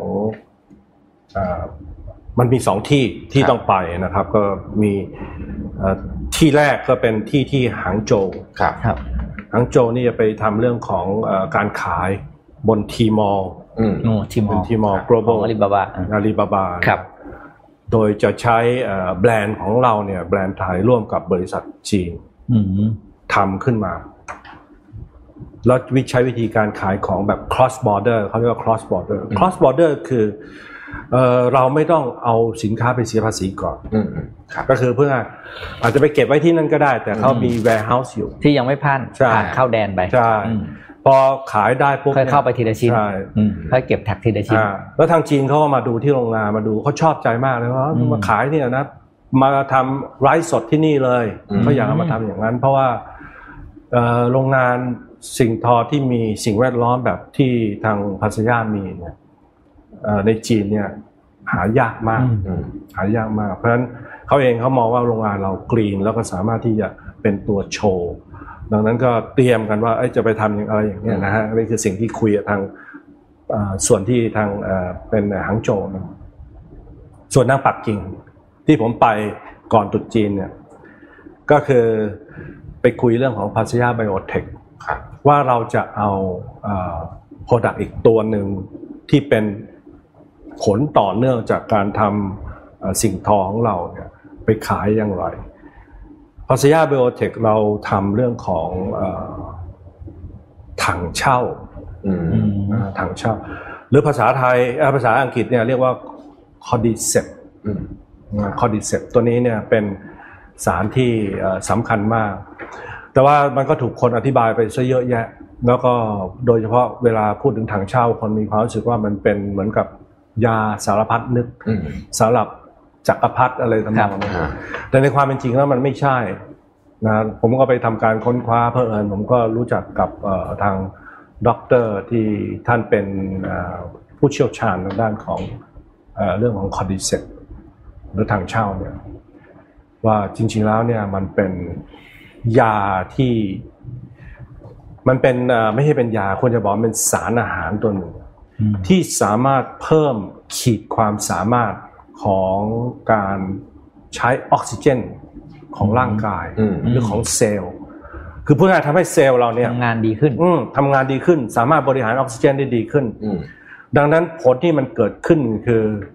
มันมีสองที่ที่ต้องไปนะครับก็มีที่แรกก็เป็นที่ที่หางโจวครับหางโจวนี่จะไปทำเรื่องของการขายบนทีมอลอืมทีมอลทีมอล global อาลีบาบาอาลีบาบาครับโดยจะใช้แบรนด์ของเราเนี่ยแบรนด์ไทยร่วมกับบริษัทจีนทำขึ้นมาแล้ววิใช้วิธีการขายของแบบ cross border เขาเรียกว่า cross border cross border คือเอ่อเราไม่ต้องเอาสินค้าไปเสียภาษีก่อนก็คือเพื่ออาจจะไปเก็บไว้ที่นั่นก็ได้แต่เขามี warehouse อยู่ที่ยังไม่ผ่านผ่านเข้าแดนไปใช่พอขายได้ปุ๊บค่อยเข้าไปทีละชิ้นค่อยเก็บแท็กทีละชิ้นแล้วทางจีนเขาก็มาดูที่โรงงานมาดูเขาชอบใจมากเลยว่ามาขายเนี่ยนะมาทำไร้สดที่นี่เลยเขาอยากมาทำอย่างนั้นเพราะว่าโรงงานสิ่งทอที่มีสิ่งแวดล้อมแบบที่ทางพัทยามีเนี่ยในจีนเนี่ยหายากมากหายากมากเพราะฉะนั้นเขาเองเขามองว่าโรงงานเรากรีนแล้วก็สามารถที่จะเป็นตัวโชว์ดังนั้นก็เตรียมกันว่าจะไปทำอย่างอะไรอย่างเงี้ยนะฮะนี่คือสิ่งที่คุยกับทางส่วนที่ทางเป็นหางโจวส่วนทางปักกิ่งที่ผมไปก่อนตรุษจีนเนี่ยก็คือไปคุยเรื่องของพัทยาไบโอเทคว่าเราจะเอาโปรดักต์อีกตัวหนึ่งที่เป็นผลต่อเนื่องจากการทำสิ่งทอของเราเนี่ยไปขายอย่างไรพัทยาไบโอเทคเราทำเรื่องของถังเช่าถังเช่าหรือภาษาไทยภาษาอังกฤษเนี่ยเรียกว่าคอดิเซปคอดิเซปตัวนี้เนี่ยเป็นสารที่สำคัญมากแต่ว่ามันก็ถูกคนอธิบายไปซะเยอะแยะแล้วก็โดยเฉพาะเวลาพูดถึงถังเช่าคนมีความรู้สึกว่ามันเป็นเหมือนกับยาสารพัดนึกสำหรับจักรพรรดิอะไรต่างๆแต่ในความเป็นจริงแล้วมันไม่ใช่นะผมก็ไปทำการค้นคว้าเพิ่มเอิญผมก็รู้จักกับทางด็อกเตอร์ที่ท่านเป็นผู้เชี่ยวชาญในด้านของเรื่องของคอร์ดิเซปหรือถังเช่าเนี่ยว่าจริงๆแล้วเนี่ยมันเป็นยาที่มันเป็นไม่ใช่เป็นยาควรจะบอกเป็นสารอาหารตัวหนึ่งที่สามารถเพิ่มขีดความสามารถของการใช้ออกซิเจนของร่างกายหรือของเซลล์คือพูดง่ายๆทำให้เซลล์เราเนี่ยทำงานดีขึ้นทำงานดีขึ้นสามารถบริหารออกซิเจนได้ดีขึ้นดังนั้นผลที่มันเกิดขึ้นคือ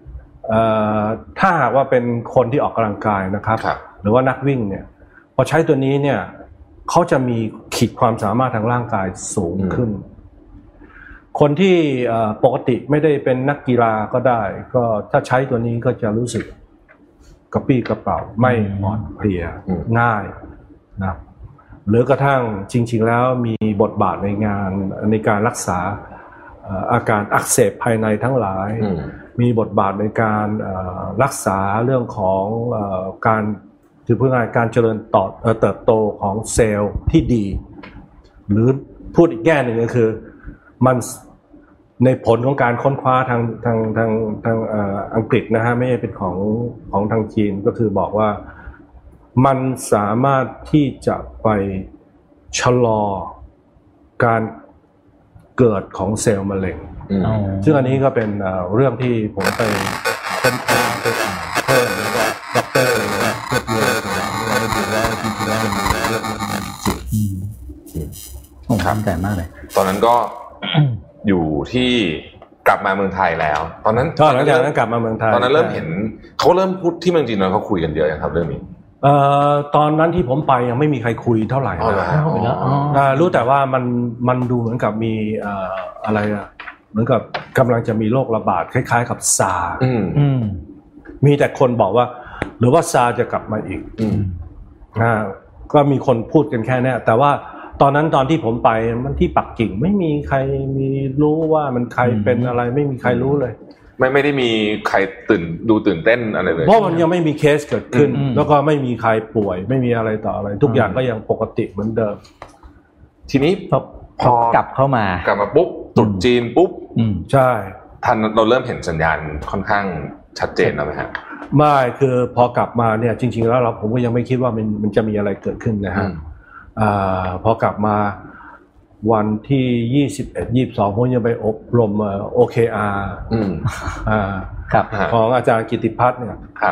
ถ้าหากว่าเป็นคนที่ออกกำลังกายนะครับหรือว่านักวิ่งเนี่ยพอใช้ตัวนี้เนี่ยเขาจะมีขีดความสามารถทางร่างกายสูงขึ้นคนที่ปกติไม่ได้เป็นนักกีฬาก็ได้ก็ถ้าใช้ตัวนี้ก็จะรู้สึกกระปรี้กระเปร่าไม่อ่อนเพลียง่ายนะหรือกระทั่งจริงๆแล้วมีบทบาทในงานในการรักษาอาการอักเสบภายในทั้งหลายมีบทบาทในการรักษาเรื่องของการถือเพื่อการเจริญต่อเติบโตของเซลล์ที่ดีหรือพูดอีกแง่หนึ่งก็คือมันในผลของการค้นคว้าทางทางทางทางอังกฤษนะฮะไม่ใช่เป็นของของทางจีนก็คือบอกว่ามันสามารถที่จะไปชะลอการเกิดของเซลล์มะเร็งซึ่งอันนี้ก็เป็นเรื่องที่ผมไปค้นคว้าไปอ่านเพิ่มแล้วก็ด็อกเตอร์เนี่ยเพื่อเยอะแล้วดูแลที่ดูแลเรื่องนี้จริงผมทำใจมากเลยตอนนั้นก็อยู่ที่กลับมาเมืองไทยแล้วตอนนั้นก็หลังจากนั้นกลับมาเมืองไทยตอนนั้นเริ่มเห็นเขาเริ่มพูดที่เมืองจีนเขาคุยกันเยอะครับเรื่องนี้เอ่อตอนนั้นที่ผมไปยังไม่มีใครคุยเท่าไหร่นะรู้แต่ว่ามันมันดูเหมือนกับมีเอ่ออะไรอ่ะเหมือนกับกำลังจะมีโรคระบาดคล้ายๆกับซาร์มีแต่คนบอกว่าหรือว่าซาร์จะกลับมาอีกอ่าก็มีคนพูดกันแค่นี้แต่ว่าตอนนั้นตอนที่ผมไปมันที่ปักกิ่งไม่มีใครมีรู้ว่ามันใครเป็นอะไรไม่มีใครรู้เลยไม่ไม่ได้มีใครตื่นดูตื่นเต้นอะไรเลยเพราะมันยังไม่มีเคสเกิดขึ้นแล้วก็ไม่มีใครป่วยไม่มีอะไรต่ออะไรทุกอย่างก็ยังปกติเหมือนเดิมทีนี้พอกลับเข้ามากลับมาปุ๊บตรุษจีนปุ๊บใช่ท่านเราเริ่มเห็นสัญญาณค่อนข้างชัดเจนแล้วไหมฮะไม่คือพอกลับมาเนี่ยจริงๆแล้วเราผมก็ยังไม่คิดว่ามันมันจะมีอะไรเกิดขึ้นนะฮะอ่าพอกลับมาวันที่ยี่สิบเอ็ด ยี่สิบสองผมยังไปอบรม โอ เค อาร์ อืมอ่าครับของอาจารย์กิตติพัฒน์เนี่ยครับ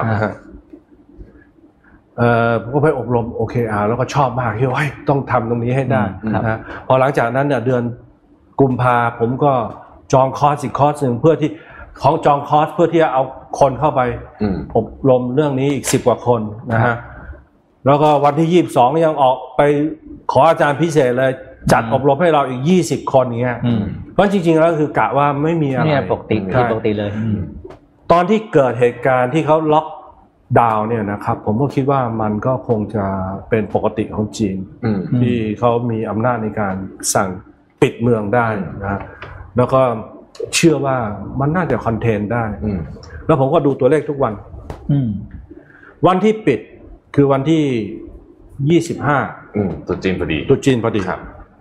เอ่อผมก็ไปอบรม โอ เค อาร์ แล้วก็ชอบมากที่ว่าต้องทำตรงนี้ให้ได้นะพอหลังจากนั้นเนี่ยเดือนกุมภาผมก็จองคอร์สอีกคอร์สนึงเพื่อที่ของจองคอร์สเพื่อที่จะเอาคนเข้าไปอบรมเรื่องนี้อีกสิบกว่าคนนะฮะแล้วก็วันที่ยี่สิบสองยังออกไปขออาจารย์พิเศษเลยจัดอบรมให้เราอีกยี่สิบคนอย่างเงี้ยเพราะจริงๆแล้วคือกะว่าไม่มีอะไรปกติปกติเลยตอนที่เกิดเหตุการณ์ที่เขาล็อกดาวน์เนี่ยนะครับผมก็คิดว่ามันก็คงจะเป็นปกติของจีนที่เขามีอำนาจในการสั่งปิดเมืองได้นะแล้วก็เชื่อว่ามันน่าจะคอนเทนได้แล้วผมก็ดูตัวเลขทุกวันวันที่ปิดคือวันที่ยี่สิบห้าอืมตุจีนพอดีตุจีนพอดีครับ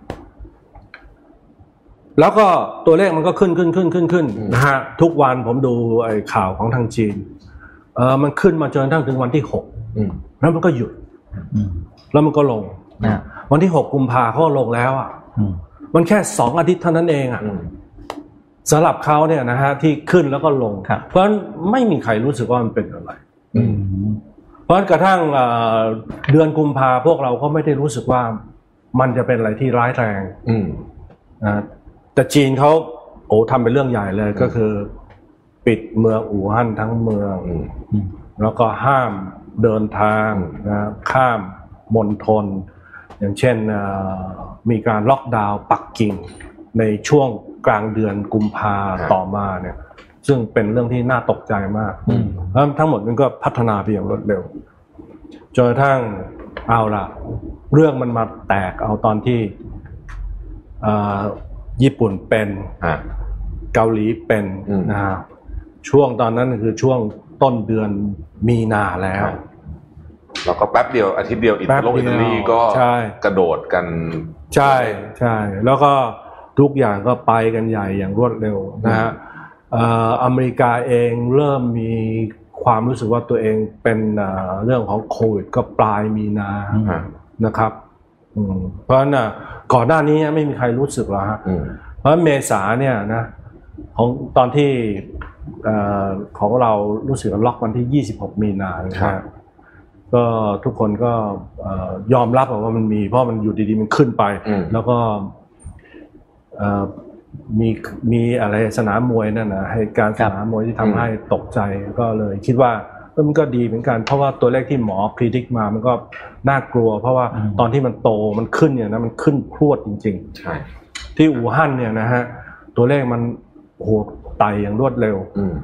แล้วก็ตัวเลขมันก็ขึ้นขึ้นขึ้นขึ้นขึ้นนะฮะทุกวันผมดูไอ้ข่าวของทางจีนเออมันขึ้นมาจนกระทั่งถึงวันที่หกแล้วมันก็หยุดแล้วมันก็ลงวันที่หกกุมภาพันธ์เขาลงแล้วอ่ะมันแค่สองอาทิตย์เท่านั้นเองอ่ะสำหรับเขาเนี่ยนะฮะที่ขึ้นแล้วก็ลงเพราะฉะนั้นไม่มีใครรู้สึกว่ามันเป็นอะไรเพราะกระทั่งเดือนกุมภาพวกเราก็ไม่ได้รู้สึกว่ามันจะเป็นอะไรที่ร้ายแรงนะแต่จีนเขาโอ้ทำเป็นเรื่องใหญ่เลยก็คือปิดเมืองอู่ฮั่นทั้งเมืองแล้วก็ห้ามเดินทางนะข้ามมณฑลอย่างเช่นมีการล็อกดาวน์ปักกิ่งในช่วงกลางเดือนกุมภาต่อมาเนี่ยซึ่งเป็นเรื่องที่น่าตกใจมากแล้วทั้งหมดมันก็พัฒนาไปอย่างรวดเร็วจนกระทั่งเอาล่ะเรื่องมันมาแตกเอาตอนที่ญี่ปุ่นเป็นเกาหลีเป็นนะฮะช่วงตอนนั้นคือช่วงต้นเดือนมีนาแล้วแล้วก็แป๊บเดียวอาทิตย์เดียวอิตาลีอิตาลีก็กระโดดกันใช่ใช่แล้วก็ทุกอย่างก็ไปกันใหญ่อย่างรวดเร็วนะฮะอเมริกาเองเริ่มมีความรู้สึกว่าตัวเองเป็นเรื่องของโควิดก็ปลายมีนานะครับเพราะฉะนั้นก่อนหน้านี้ไม่มีใครรู้สึกหรอกฮะเพราะเมษาเนี่ยนะของตอนที่ของเรารู้สึกล็อกวันที่ยี่สิบหกมีนานะครับก็ทุกคนก็ยอมรับว่ามันมีเพราะมันอยู่ดีๆมันขึ้นไปแล้วก็มีมีอะไรสนามมวยนั่นนะให้การสนามมวยที่ทำให้ตกใจก็เลยคิดว่ามันก็ดีเหมือนกันเพราะว่าตัวเลขที่หมอพรีดิกมามันก็น่ากลัวเพราะว่าตอนที่มันโตมันขึ้นเนี่ยนะมันขึ้นพรวดจริงๆใช่ที่อู่ฮั่นเนี่ยนะฮะตัวเลขมันโหไต่อย่างรวดเร็ว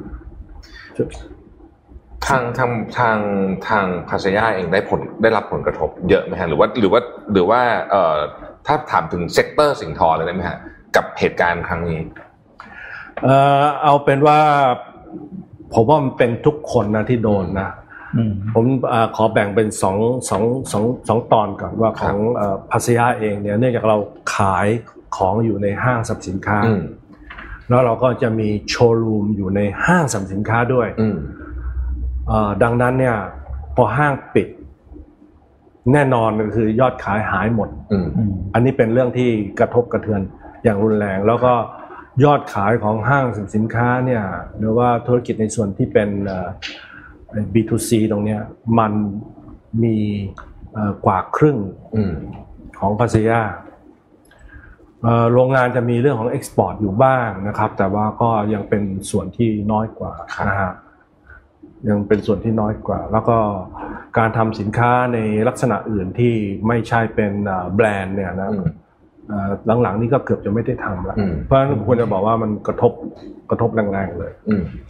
ทางทางทางทางพาซาย่าเองได้ผลได้รับผลกระทบเยอะไหมฮะหรือว่าหรือว่าหรือว่าเอ่อถ้าถามถึงเซกเตอร์สิ่งทอเลยได้ไหมฮะกับเหตุการณ์ครั้งนี้เอ่อเอาเป็นว่าผมว่ามันเป็นทุกคนนะที่โดนนะผมขอแบ่งเป็นสองสองสองสองตอนก่อนว่าของพาซาย่าเองเนี่ยเนื่องจากเราขายของอยู่ในห้างสรรพสินค้าแล้วเราก็จะมีโชว์รูมอยู่ในห้างสรรพสินค้าด้วยดังนั้นเนี่ยพอห้างปิดแน่นอนก็คือยอดขายหายหมดอันนี้เป็นเรื่องที่กระทบกระเทือนอย่างรุนแรงแล้วก็ยอดขายของห้างสรรพสินค้าเนี่ยหรือว่าธุรกิจในส่วนที่เป็น บี ทู ซี ตรงเนี้ยมันมีกว่าครึ่งของพาซาย่าโรงงานจะมีเรื่องของเอ็กซ์พอร์ตอยู่บ้างนะครับแต่ว่าก็ยังเป็นส่วนที่น้อยกว่านะฮะยังเป็นส่วนที่น้อยกว่าแล้วก็การทำสินค้าในลักษณะอื่นที่ไม่ใช่เป็นแบรนด์เนี่ยนะหลังๆนี่ก็เกือบจะไม่ได้ทำแล้วเพราะฉะนั้นควรจะบอกว่ามันกระทบกระทบแรงๆเลย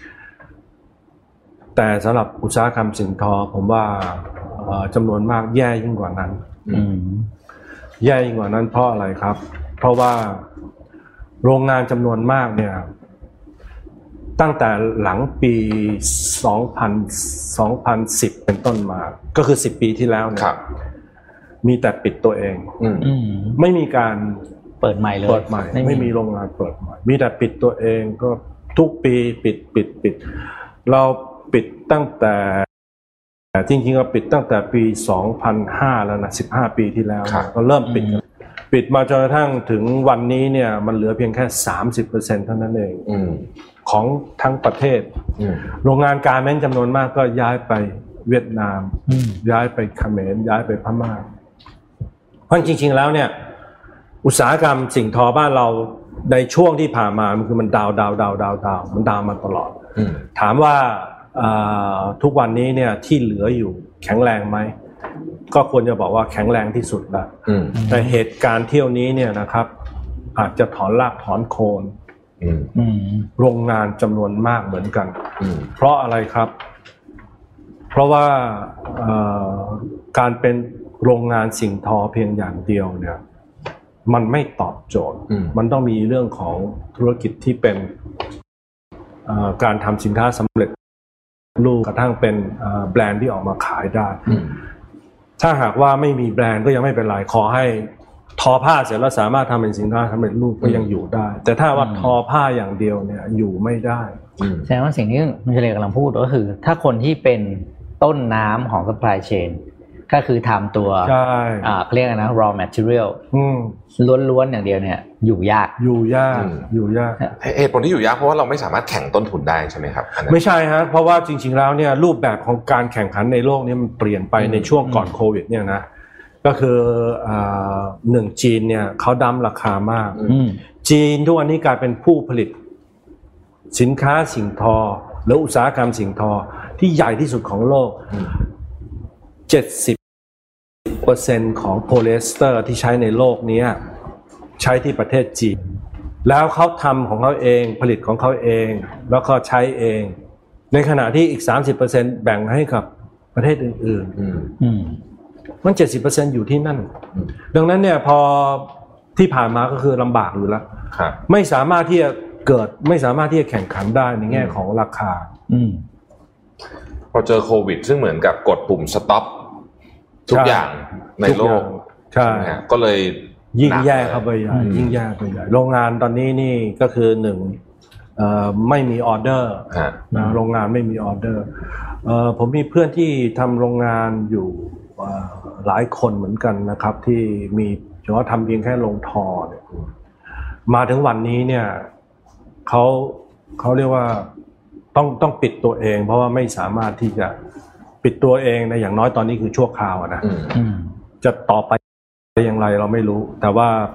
แต่สำหรับอุตสาหกรรมสิ่งทอผมว่าจำนวนมากแย่ยิ่งกว่านั้นแย่ยิ่งกว่านั้นเพราะอะไรครับเพราะว่าโรงงานจำนวนมากเนี่ยตั้งแต่หลังปีสองพัน สองพันสิบเป็นต้นมาก็คือสิบปีที่แล้วเนี่ยมีแต่ปิดตัวเองไม่มีการเปิดใหม่เลยเปิดใหม่ไม่มีโรงงานเปิดใหม่มีแต่ปิดตัวเองก็ทุกปีปิดปิดปิดเราปิดตั้งแต่จริงๆก็ปิดตั้งแต่ปีสองพันห้าแล้วนะสิบห้าปีที่แล้วก็เริ่มปิดปิดมาจนกระทั่งถึงวันนี้เนี่ยมันเหลือเพียงแค่ สามสิบเปอร์เซ็นต์ เท่านั้นเองของทั้งประเทศโรงงานการเมนต์จำนวนมากก็ย้ายไปเวียดนามย้ายไปเขมรย้ายไปพม่าเพราะจริงๆแล้วเนี่ยอุตสาหกรรมสิ่งทอบ้านเราในช่วงที่ผ่านมามันคือมันดาวดาวดาวดาวดาวมันดาวมาตลอดถามว่าทุกวันนี้เนี่ยที่เหลืออยู่แข็งแรงไหมก็ควรจะบอกว่าแข็งแรงที่สุดแล้วแต่เหตุการณ์เที่ยวนี้เนี่ยนะครับอาจจะถอนรากถอนโคนโรงงานจำนวนมากเหมือนกันเพราะอะไรครับเพราะว่าการเป็นโรงงานสิ่งทอเพียงอย่างเดียวเนี่ยมันไม่ตอบโจทย์มันต้องมีเรื่องของธุรกิจที่เป็นการทำสินค้าสำเร็จรูปกระทั่งเป็นแบรนด์ที่ออกมาขายได้ถ้าหากว่าไม่มีแบรนด์ก็ยังไม่เป็นไรขอให้ทอผ้าเสร็จแล้วสามารถทำเป็นสินค้าสำเร็จรูปก็ยังอยู่ได้แต่ถ้าว่าทอผ้าอย่างเดียวเนี่ยอยู่ไม่ได้แสดงว่าสิ่งที่คุณเฉลยกำลังพูดก็คือถ้าคนที่เป็นต้นน้ำของ supply chain ก็คือทำตัวอ่าเรียกนะ raw material ล้วนๆอย่างเดียวเนี่ยอยู่ยากอยู่ยากอยู่ยากเหตุผลที่อยู่ยากเพราะว่าเราไม่สามารถแข่งต้นทุนได้ใช่ไหมครับไม่ใช่ฮะเพราะว่าจริงๆแล้วเนี่ยรูปแบบของการแข่งขันในโลกนี้มันเปลี่ยนไปในช่วงก่อนโควิดเนี่ยนะก็คืออ่าหนึ่งจีนเนี่ยเขาดั้มราคามากจีนทุกวันนี้กลายเป็นผู้ผลิตสินค้าสิ่งทอหรืออุตสาหกรรมสิ่งทอที่ใหญ่ที่สุดของโลก เจ็ดสิบเปอร์เซ็นต์ ของโพลีเอสเตอร์ที่ใช้ในโลกนี้ใช้ที่ประเทศจีนแล้วเขาทำของเขาเองผลิตของเขาเองแล้วก็ใช้เองในขณะที่อีก สามสิบเปอร์เซ็นต์ แบ่งให้กับประเทศอื่นๆมัน เจ็ดสิบเปอร์เซ็นต์ อยู่ที่นั่นดังนั้นเนี่ยพอที่ผ่านมาก็คือลำบากอยู่แล้วไม่สามารถที่จะเกิดไม่สามารถที่จะแข่งขันได้ในแง่ของราคาพอเจอโควิดซึ่งเหมือนกับกดปุ่มสต็อปทุกอย่างในโลกใช่ก็เลยยิ่งแย่เข้าไปใหญ่ยิ่งแย่ไปใหญ่โรงงานตอนนี้นี่ก็คือหนึ่งไม่มีออเดอร์นะโรงงานไม่มีออเดอร์ผมมีเพื่อนที่ทำโรงงานอยู่หลายคนเหมือนกันนะครับที่มีเฉพาะทำเพียงแค่โรงทอเนี่ยมาถึงวันนี้เนี่ยเขาเขาเรียกว่าต้องต้องปิดตัวเองเพราะว่าไม่สามารถที่จะปิดตัวเองในอย่างน้อยตอนนี้คือชั่วคราวนะจะต่อไปอย่างไรเราไม่รู้แต่ว่า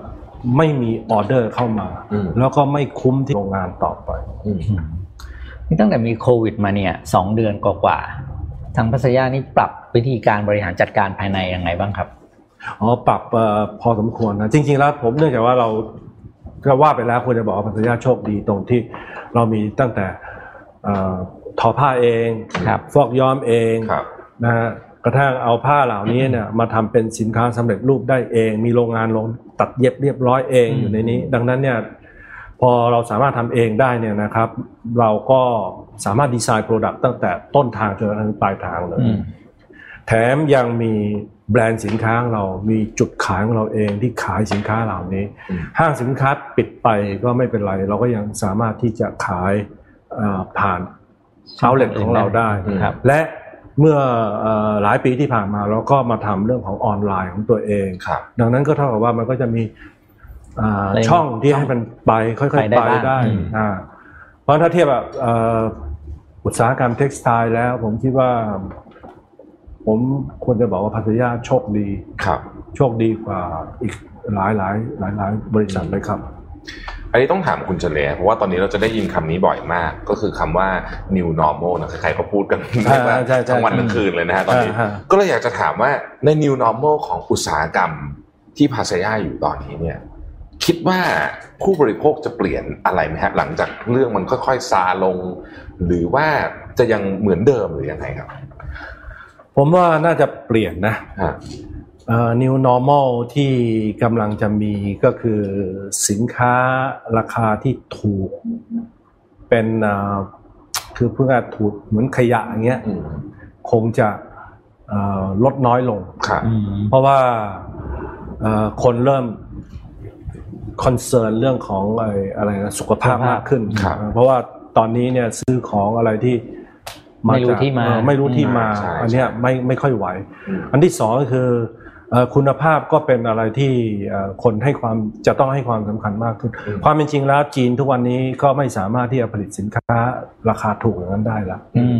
ไม่มีออเดอร์เข้ามาแล้วก็ไม่คุ้มที่โรงงานต่อไปนี่ตั้งแต่มีโควิดมาเนี่ยสองเดือนกว่าๆทางพัทยานี่ปรับวิธีการบริหารจัดการภายในยังไงบ้างครับอ๋อปรับเอ่อพอสมควรนะจริงๆแล้วผมเนื่องจากว่าเราก็ว่าไปแล้วควรจะบอกว่าพัทยาโชคดีตรงที่เรามีตั้งแต่เอ่อทอผ้าเองฟอกย้อมเองนะฮะกระทั่งเอาผ้าเหล่านี้เนี่ยมาทำเป็นสินค้าสำเร็จรูปได้เองมีโรงงานลงตัดเย็บเรียบร้อยเองอยู่ในนี้ดังนั้นเนี่ยพอเราสามารถทำเองได้เนี่ยนะครับเราก็สามารถดีไซน์โปรดักต์ตั้งแต่ต้นทางจนถึงปลายทางเลยแถมยังมีแบรนด์สินค้าของเรามีจุดขายของเราเองที่ขายสินค้าเหล่านี้ห้างสินค้าปิดไปก็ไม่เป็นไรเราก็ยังสามารถที่จะขายผ่านเอาท์เล็ตของเราได้และเมื่อหลายปีที่ผ่านมาเราก็มาทำเรื่องของออนไลน์ของตัวเองดังนั้นก็เท่ากับว่ามันก็จะมีช่องที่ให้มันไปค่อยๆไปได้เพราะถ้าเทียบแบบอุตสาหกรรมเท็กซ์ไทล์แล้วผมคิดว่าผมควรจะบอกว่าพัทยาโชคดีโชคดีกว่าอีกหลายหลายหลายหลายบริษัทเลยครับอันนี้ต้องถามคุณเฉลยเพราะว่าตอนนี้เราจะได้ยินคำนี้บ่อยมากก็คือคำว่า new normal นะใครๆก็พูดกันทั้งวันทั้งคืนเลยนะฮะตอนนี้ก็เลยอยากจะถามว่าใน new normal ของอุตสาหกรรมที่พัทยาอยู่ตอนนี้เนี่ยคิดว่าผู้บริโภคจะเปลี่ยนอะไรไหมฮะหลังจากเรื่องมันค่อยๆซาลงหรือว่าจะยังเหมือนเดิมหรือยังไงครับผมว่าน่าจะเปลี่ยนนะเอ่อ new normal ที่กำลังจะมีก็คือสินค้าราคาที่ถูกเป็นเอ่อคือเพื่อถูกเหมือนขยะอย่างเงี้ยคงจะเอ่อลดน้อยลงเพราะว่าเอ่อคนเริ่มคอนเซิร์นเรื่องของไอ้อะไรนะสุขภาพมากขึ้นเพราะว่าตอนนี้เนี่ยซื้อของอะไรที่ไม่รู้ที่มาไม่รู้ที่มาอันเนี้ยไม่ไม่ค่อยไหวอันที่สองก็คือคุณภาพก็เป็นอะไรที่คนให้ความจะต้องให้ความสำคัญมากขึ้นความเป็นจริงแล้วจีนทุกวันนี้ก็ไม่สามารถที่จะผลิตสินค้าราคาถูกอย่างนั้นได้ละ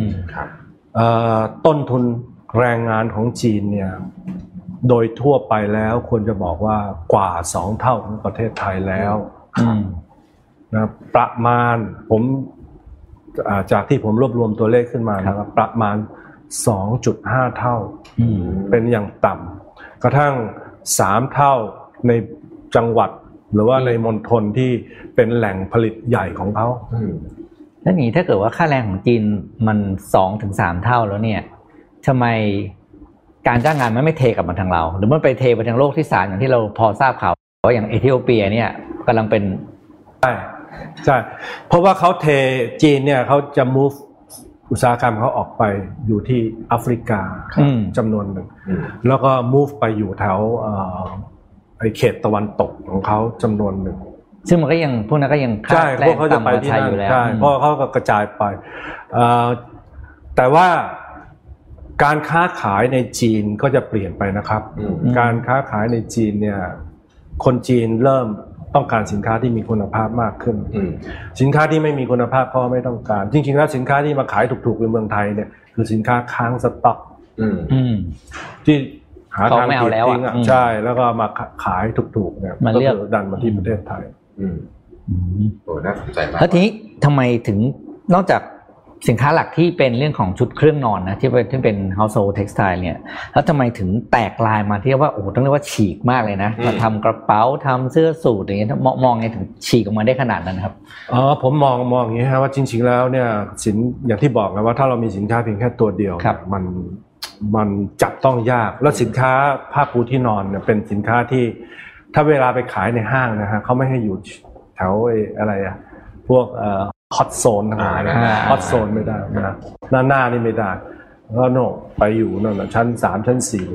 ต้นทุนแรงงานของจีนเนี่ยโดยทั่วไปแล้วควรจะบอกว่ากว่าสองเท่าของประเทศไทยแล้วนะประมาณผมจากที่ผมรวบรวมตัวเลขขึ้นมานะครับประมาณ สองจุดห้า เท่าเป็นอย่างต่ำกระทั่งสามเท่าในจังหวัดหรือว่าในมณฑลที่เป็นแหล่งผลิตใหญ่ของเขาแล้วนี่ถ้าเกิดว่าค่าแรงของจีนมัน สองถึงสาม เท่าแล้วเนี่ยทำไมการจ้างงานมันไม่เทกลับมาทางเราหรือมันไปเทไปทางโลกที่สามอย่างที่เราพอทราบข่าวว่าอย่างเอธิโอเปียเนี่ยกำลังเป็นใช่ใช่เพราะว่าเขาเทจีนเนี่ยเขาจะ move อุตสาหกรรมเขาออกไปอยู่ที่แอฟริกาจำนวนหนึ่งแล้วก็ move ไปอยู่แถวไอ้เขตตะวันตกของเขาจำนวนหนึ่งซึ่งมันก็ยังพวกนั้นก็ยังค่าแรงต่ำกว่าไทยอยู่แล้วใช่เพราะเขาก็กระจายไปแต่ว่าการค้าขายในจีนก็จะเปลี่ยนไปนะครับการค้าขายในจีนเนี่ยคนจีนเริ่มต้องการสินค้าที่มีคุณภาพมากขึ้นสินค้าที่ไม่มีคุณภาพเขาไม่ต้องการจริงๆแล้วสินค้าที่มาขายถูกๆในเมืองไทยเนี่ยคือสินค้าค้างสต็อกที่หาทางเอาแล้วอ่ะใช่แล้วก็มาขายถูกๆเนี่ยก็คือดันมาที่ประเทศไทยโอ้น่าสนใจมากแล้วทีนี้ทำไมถึงนอกจากสินค้าหลักที่เป็นเรื่องของชุดเครื่องนอนนะที่เป็นที่เป็น household textile เนี่ยแล้วทำไมถึงแตกลายมาที่ว่าโอ้ต้องเรียกว่าฉีกมากเลยนะมาทำกระเป๋าทำเสื้อสูทอย่างเงี้ยมองมองไงถึงฉีกออกมาได้ขนาดนั้นครับอ๋อผมมองมองอย่างนี้ครับว่าจริงๆแล้วเนี่ยสินอย่างที่บอกนะว่าถ้าเรามีสินค้าเพียงแค่ตัวเดียวมันมันจับต้องยากแล้วสินค้าผ้าปูที่นอนเนี่ยเป็นสินค้าที่ถ้าเวลาไปขายในห้างนะฮะเขาไม่ให้อยู่แถวอะไรอะพวกเอ่อฮอตโซนทั้งหลายนะฮอตโซนไม่ได้นะหน้าหน้านี่ไม่ได้ก็โน่ไปอยู่นั่นชั้นสามชั้นสี่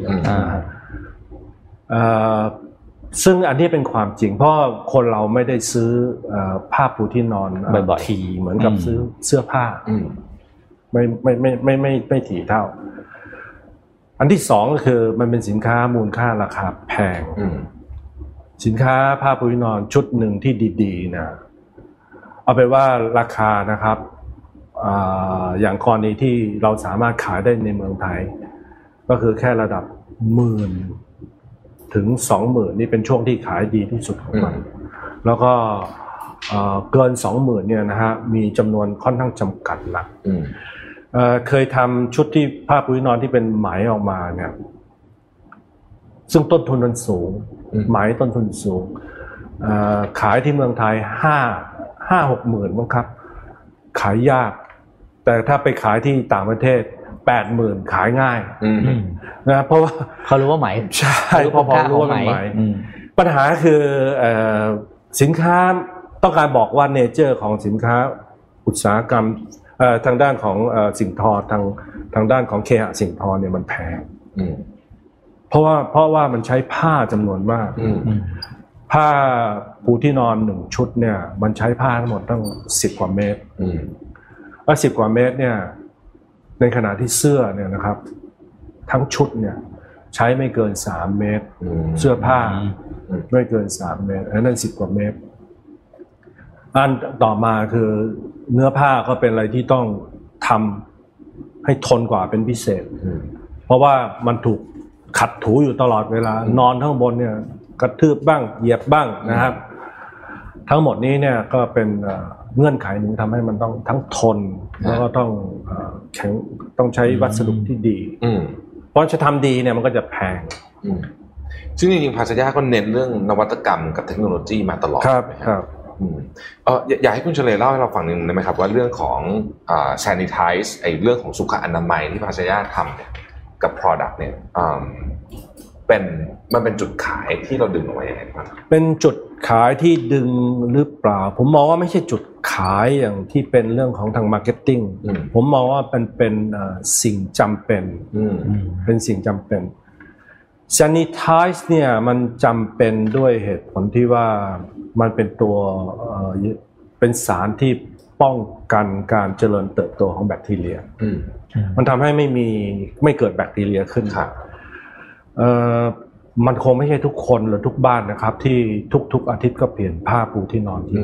ซึ่งอันนี้เป็นความจริงเพราะคนเราไม่ได้ซื้อผ้าปูที่นอนถี่เหมือนกับซื้อเสื้อผ้าไม่ไม่ไม่ไม่ไม่ไม่ถี่เท่าอันที่สองก็คือมันเป็นสินค้ามูลค่าราคาแพงสินค้าผ้าปูที่นอนชุดหนึ่งที่ดีๆนะเอาไปว่าราคานะครับ อ, อย่างกรณีที่เราสามารถขายได้ในเมืองไทยก็คือแค่ระดับหมื่นถึง สองหมื่น นี่เป็นช่วงที่ขายดีที่สุดของมันแล้วก็เอ่อเกิน สองหมื่น เนี่ยนะฮะมีจำนวนค่อนข้างจำกัดละเอ่อเคยทำชุดที่ผ้าปูที่นอนที่เป็นไหมออกมาเนี่ยซึ่งต้นทุนมันสูงไหมต้นทุนสูงเอ่อขายที่เมืองไทยห้า ห้า หกหมื่นมั้งครับขายยากแต่ถ้าไปขายที่ต่างประเทศ แปดหมื่น ขายง่ายนะเพราะว่าเขารู้ว่าไหมใช่พอๆรู้ว่าเป็นไหมปัญหาคือเอ่อสินค้าต้องการบอกว่าเนเจอร์ของสินค้าอุตสาหกรรมเอ่อทางด้านของเอ่อสิ่งทอทางทางด้านของเคหะสิ่งทอเนี่ยมันแพงเพราะว่าเพราะว่ามันใช้ผ้าจำนวนมากผ้าปูที่นอนหนึ่งชุดเนี่ยมันใช้ผ้าทั้งหมดตั้งสิบกว่าเมตรแล้วสิบกว่าเมตรเนี่ยในขณะที่เสื้อเนี่ยนะครับทั้งชุดเนี่ยใช้ไม่เกินสามเมตรเสื้อผ้าไม่เกินสามเมตรอันนั้นสิบกว่าเมตรอันต่อมาคือเนื้อผ้าก็เป็นอะไรที่ต้องทำให้ทนกว่าเป็นพิเศษเพราะว่ามันถูกขัดถูอยู่ตลอดเวลานอนข้างบนเนี่ยกระทืบบ้างเหยียบบ้างนะครับทั้งหมดนี้เนี่ยก็เป็นเงื่อนไขหนึ่งทำให้มันต้องทั้งทนแล้วก็ต้องแข็งต้องใช้วัสดุที่ดีเพราะจะทำดีเนี่ยมันก็จะแพงซึ่งจริงๆภาษายาก็เน้นเรื่องนวัตกรรมกับเทคโนโลยีมาตลอดครับครับเอออยากให้คุณเฉลยเล่าให้เราฟังนึงได้ไหมครับว่าเรื่องของอ่า sanitize ไอ้เรื่องของสุขอนามัยที่ภาษายาทำเนี่ยกับ product เนี่ยเป็นมันเป็นจุดขายที่เราดึงออกมาอย่างไรบ้างเป็นจุดขายที่ดึงหรือเปล่าผมมองว่าไม่ใช่จุดขายอย่างที่เป็นเรื่องของทางมาร์เก็ตติ้งผมมองว่าเป็นเป็นสิ่งจำเป็นเป็นสิ่งจำเป็น sanitize เนี่ยมันจำเป็นด้วยเหตุผลที่ว่ามันเป็นตัวเป็นสารที่ป้องกันการเจริญเติบโตของแบคทีเรียมันทำให้ไม่มีไม่เกิดแบคทีเรียขึ้นครับเอ่อมันคงไม่ใช่ทุกคนหรือทุกบ้านนะครับที่ทุกๆอาทิตย์ก็เปลี่ยนผ้าปูที่นอนที่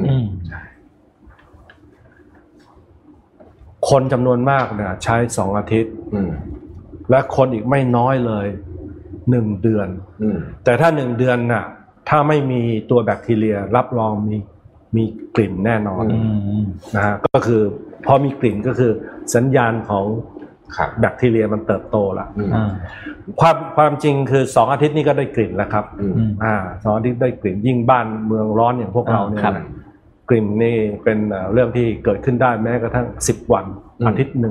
คนจำนวนมากเนี่ยใช้สองอาทิตย์และคนอีกไม่น้อยเลยหนึ่งเดือนแต่ถ้าหนึ่งเดือนน่ะถ้าไม่มีตัวแบคทีเรียรับรองมีมีกลิ่นแน่นอนนะฮะก็คือพอมีกลิ่นก็คือสัญญาณของแบคทีเรียมันเติบโตละความความจริงคือสองอาทิตย์นี้ก็ได้กลิ่นแล้วครับอ่าสองอาทิตย์ได้กลิ่นยิ่งบ้านเมืองร้อนอย่างพวกเราเนี่ยกลิ่นนี่เป็นเรื่องที่เกิดขึ้นได้แม้กระทั่งสิบวันอาทิตย์หนึ่ง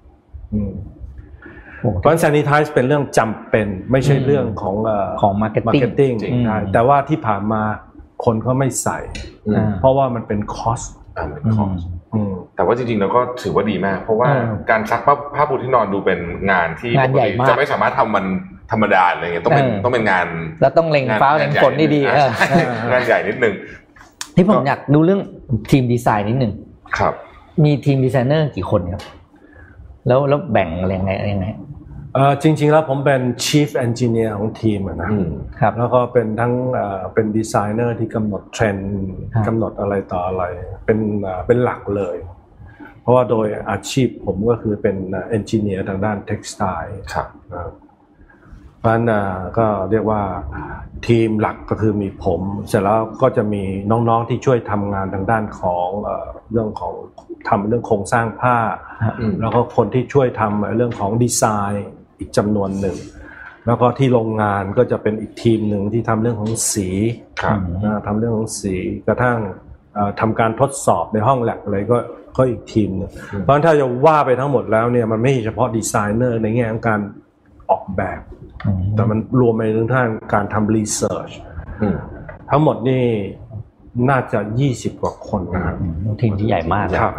เพราะฉะนั้น sanitize เป็นเรื่องจำเป็นไม่ใช่เรื่องของของ marketing แต่ว่าที่ผ่านมาคนเขาไม่ใส่เพราะว่ามันเป็น cost อ่าเป็น costแต่ว่าจริงๆแล้วก็ถือว่าดีมากเพราะว่าการซักผ้าผ้าปูที่นอนดูเป็นงานที่ปกติจะไม่สามารถทำมันธรรมดาอะไรเงี้ยต้องเป็นต้องเป็นงานแล้วต้องเล็งฟ้าเล็งฝนดีๆงานใหญ่นิดนึงที่ผมอยากดูเรื่องทีมดีไซน์นิดนึงครับมีทีมดีไซเนอร์กี่คนครับแล้วแล้วแบ่งอะไรยังไงยังไงเอ่อจริงๆแล้วผมเป็น Chief Engineer ของทีมนะครับแล้วก็เป็นทั้งเอ่อเป็นดีไซเนอร์ที่กำหนดเทรนด์กำหนดอะไรต่ออะไรเป็นเอ่อเป็นหลักเลยเพราะว่าโดยอาชีพผมก็คือเป็นเอนจิเนียร์ทางด้านเท็กซ์ไทล์ครับเพราะฉะนั้นก็เรียกว่าทีมหลักก็คือมีผมเสร็จแล้วก็จะมีน้องๆที่ช่วยทำงานทางด้านของเอ่อเรื่องของทำเรื่องโครงสร้างผ้าแล้วก็คนที่ช่วยทำเรื่องของดีไซน์อีกจำนวนหนึ่งแล้วก็ที่โรงงานก็จะเป็นอีกทีมหนึ่งที่ทำเรื่องของสีทำเรื่องของสีกระทั่งทำการทดสอบในห้องแลบอะไรก็ก็อีกทีมนึงเพราะฉะนั้นถ้าจะว่าไปทั้งหมดแล้วเนี่ยมันไม่เฉพาะดีไซเนอร์ในแง่ของการออกแบบแต่มันรวมไปถึงทางการทำรีเสิร์ชทั้งหมดนี่น่าจะยี่สิบกว่าคนนะครับทีมที่ใหญ่มากครับ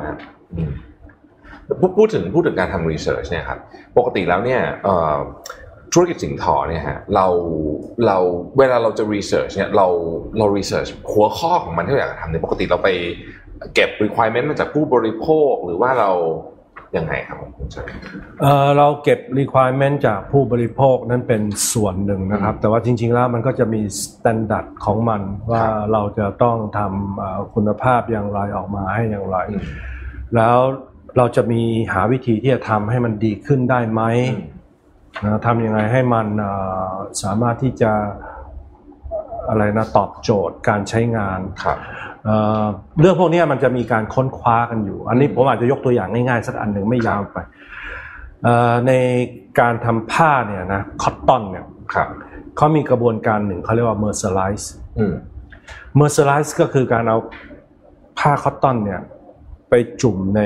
พูดถึงพูดถึงการทำรีเสิร์ชเนี่ยครับปกติแล้วเนี่ยธุรกิจสิ่งทอเนี่ยฮะเราเราเวลาเราจะรีเสิร์ชเนี่ยเราเรารีเสิร์ชหัวข้อของมันที่เราอยากทำเนี่ยปกติเราไปเก็บ requirement มาจากผู้บริโภคหรือว่าเรายังไงครับคุณชัยเอ่อเราเก็บ requirement จากผู้บริโภคนั้นเป็นส่วนหนึ่งนะครับแต่ว่าจริงๆแล้วมันก็จะมี standard ของมันว่าเราจะต้องทำคุณภาพอย่างไรออกมาให้อย่างไรแล้วเราจะมีหาวิธีที่จะทำให้มันดีขึ้นได้ไหมนะทำยังไงให้มันสามารถที่จะอะไรนะตอบโจทย์การใช้งานครับเอ่อเรื่องพวกนี้มันจะมีการค้นคว้ากันอยู่อันนี้ผมอาจจะยกตัวอย่างง่ายๆสักอันหนึ่งไม่ยาวไปเอ่อในการทำผ้าเนี่ยนะคอตตอนเนี่ยเขามีกระบวนการหนึ่งเขาเรียกว่า mercerize mercerize ก็คือการเอาผ้าคอตตอนเนี่ยไปจุ่มใน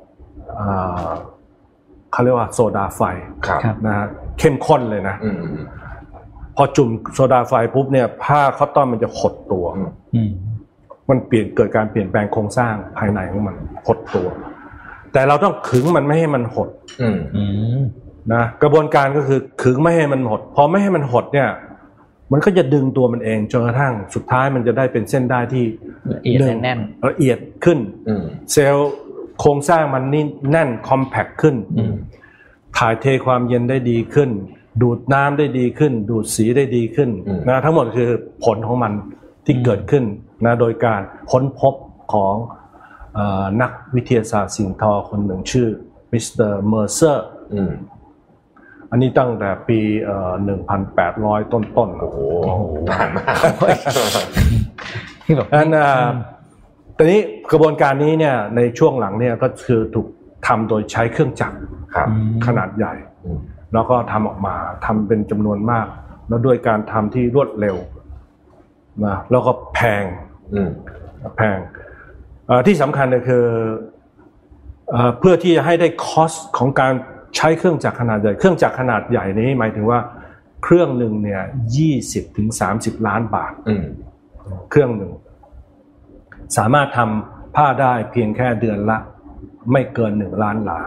เขาเรียกว่าโซดาไฟนะฮะเข้มข้นเลยนะพอจุ่มโซดาไฟปุ๊บเนี่ยผ้าคอตตอนมันจะหดตัวมันเปลี่ยนเกิดการเปลี่ยนแปลงโครงสร้างภายในของมันหดตัวแต่เราต้องขึงมันไม่ให้มันหดนะกระบวนการก็คือขึงไม่ให้มันหดพอไม่ให้มันหดเนี่ยมันก็จะดึงตัวมันเองจนกระทั่งสุดท้ายมันจะได้เป็นเส้นได้ที่ละเอียดแน่นละเอียดขึ้นเซลล์โครงสร้างมันนี่แน่นคอมแพคขึ้นถ่ายเทความเย็นได้ดีขึ้นดูดน้ำได้ดีขึ้นดูดสีได้ดีขึ้นนะทั้งหมดคือผลของมันที่เกิดขึ้นนะโดยการค้นพบของเอ่อนักวิทยาศาสตร์สิ่งทอคนหนึ่งชื่อมิสเตอร์เมอร์เซอร์อันนี้ตั้งแต่ปีเอ่อ หนึ่งพันแปดร้อย ต้นๆโอ้โหนานมากที่แบบอันอ่าตอนนี้กระบวนการนี้เนี่ยในช่วงหลังเนี่ยก็คือถูกทำโดยใช้เครื่องจักรขนาดใหญ่แล้วก็ทำออกมาทำเป็นจำนวนมากแล้วด้วยการทำที่รวดเร็วนะแล้วก็แพงแพงที่สำคัญเลยคือเพื่อที่จะให้ได้คอสของการใช้เครื่องจักรขนาดใหญ่เครื่องจักรขนาดใหญ่นี้หมายถึงว่าเครื่องหนึ่งเนี่ยยี่สิบถึงสามสิบล้านบาทเครื่องหนึ่งสามารถทำผ้าได้เพียงแค่เดือนละไม่เกินหนึ่งล้านหลา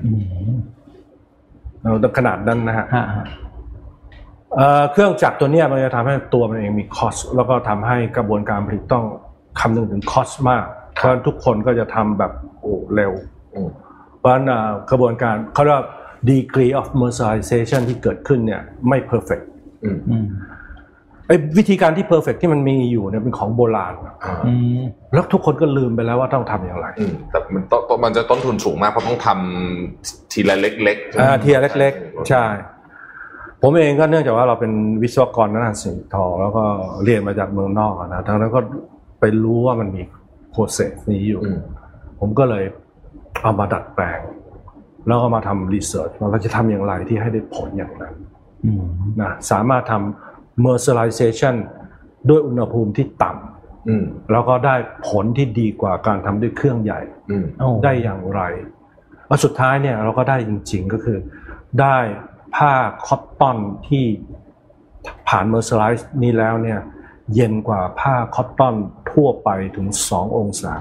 เราต้องขนาดนั้นนะฮะเครื่องจักรตัวนี้มันจะทำให้ตัวมันเองมีคอสแล้วก็ทำให้กระบวนการผลิตต้องคำนึงถึงคอสมากเพราะทุกคนก็จะทำแบบโอ้เร็วเพราะฉะนั้นกระบวนการเขาเรียก degree of mercerization ที่เกิดขึ้นเนี่ยไม่ perfect ไอ้วิธีการที่ perfect ที่มันมีอยู่เนี่ยเป็นของโบราณแล้วทุกคนก็ลืมไปแล้วว่าต้องทำอย่างไรแต่มันต้องมันจะต้นทุนสูงมากเพราะต้องทำทีละเล็กๆอ่าทีละเล็กๆใช่ผมเองก็เนื่องจากว่าเราเป็นวิศวกรด้านสิ่งทอแล้วก็เรียนมาจากเมืองนอกนะทั้งนั้นก็ไปรู้ว่ามันมี process นี้อยู่ผมก็เลยเอามาดัดแปลงแล้วก็มาทำรีเสิร์ชว่าเราจะทำอย่างไรที่ให้ได้ผลอย่างนั้นนะสามารถทำ mercerization ด้วยอุณหภูมิที่ต่ำแล้วก็ได้ผลที่ดีกว่าการทำด้วยเครื่องใหญ่ได้อย่างไรแล้วสุดท้ายเนี่ยเราก็ได้จริงๆก็คือได้ผ้าคอตตอนที่ผ่าน mercerize นี้แล้วเนี่ยเย็นกว่าผ้าคอตตอนทั่วไปถึงสององศา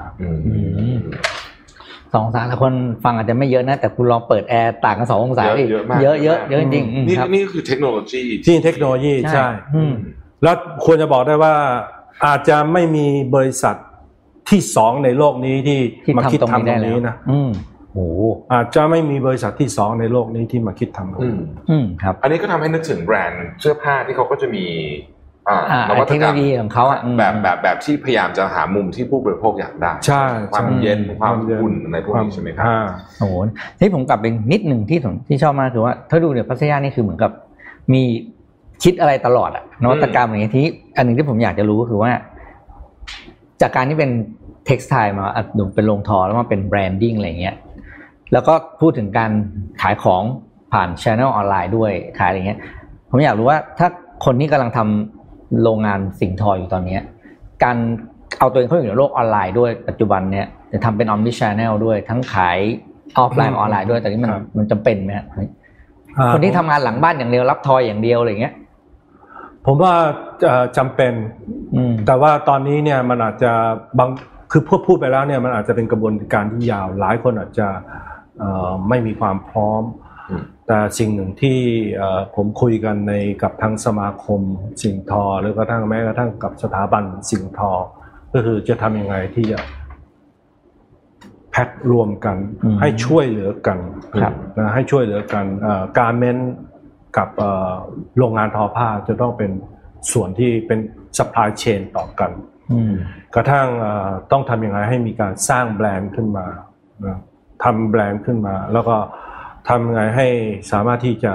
สององศาแล้วคนฟังอาจจะไม่เยอะนะแต่คุณลองเปิดแอร์ต่างกันสององศาดิเยอะๆเยอะจริงๆนี่นี่คือเทคโนโลยีที่เทคโนโลยีใช่แล้วควรจะบอกได้ว่าอาจจะไม่มีบริษัทที่สองในโลกนี้ที่มาคิดทำตรงนี้นะโอ้อาจจะไม่มีบริษัทที่สองในโลกนี้ที่มาคิดทำตรงนี้ครับอันนี้ก็ทำให้นึกถึงแบรนด์เสื้อผ้าที่เขาก็จะมีนวัตกรรมของเขาอ่ะแบบแบบแบบที่พยายามจะหามุมที่ผู้บริโภคอยากได้ใช่ความเย็นความอุ่นในพวกนี้ใช่ไหมครับโอ้โหที่ผมกลับไปนิดหนึ่งที่ผมที่ชอบมากคือว่าถ้าดูเนี่ยพัทยานี่คือเหมือนกับมีคิดอะไรตลอดอ่ะนวัตกรรมอย่างนี้ที่อันหนึ่งที่ผมอยากจะรู้ก็คือว่าจากการที่เป็นเท็กซ์ไทล์มาดูเป็นโรงทอแล้วมาเป็นแบรนดิ้งอะไรเงี้ยแล้วก็พูดถึงการขายของผ่าน channel ออนไลน์ด้วยขายอะไรเงี้ยผมอยากรู้ว่าถ้าคนที่กำลังทำโรงงานสิ่งทออยู่ตอนนี้การเอาตัวเองเข้าอยู่ในโลกออนไลน์ด้วยปัจจุบันเนี่ยจะทำเป็น omni channel ด้วยทั้งขายออฟไลน์ออนไลน์ด้วยแต่นี่มันมันจำเป็นไหมคนที่ทำงานหลังบ้านอย่างเดียวรับทอยอย่างเดียวอะไรเงี้ยผมว่าจำเป็นแต่ว่าตอนนี้เนี่ยมันอาจจะบางคือพูดพูดไปแล้วเนี่ยมันอาจจะเป็นกระบวนการที่ยาวหลายคนอาจจะไม่มีความพร้อมแต่สิ่งหนึ่งที่ผมคุยกันในกับทางสมาคมสิ่งทอหรือกระทั่งแม้กระทั่งกับสถาบันสิ่งทอก็คือจะทำยังไงที่จะแพ็ครวมกันให้ช่วยเหลือกันนะให้ช่วยเหลือกันการเมนต์กับโรงงานทอผ้าจะต้องเป็นส่วนที่เป็นซัพพลายเชนต่อกันกระทั่งต้องทำยังไงให้มีการสร้างแบรนด์ขึ้นมาทำแบรนด์ขึ้นมาแล้วก็ทำยังไงให้สามารถที่จะ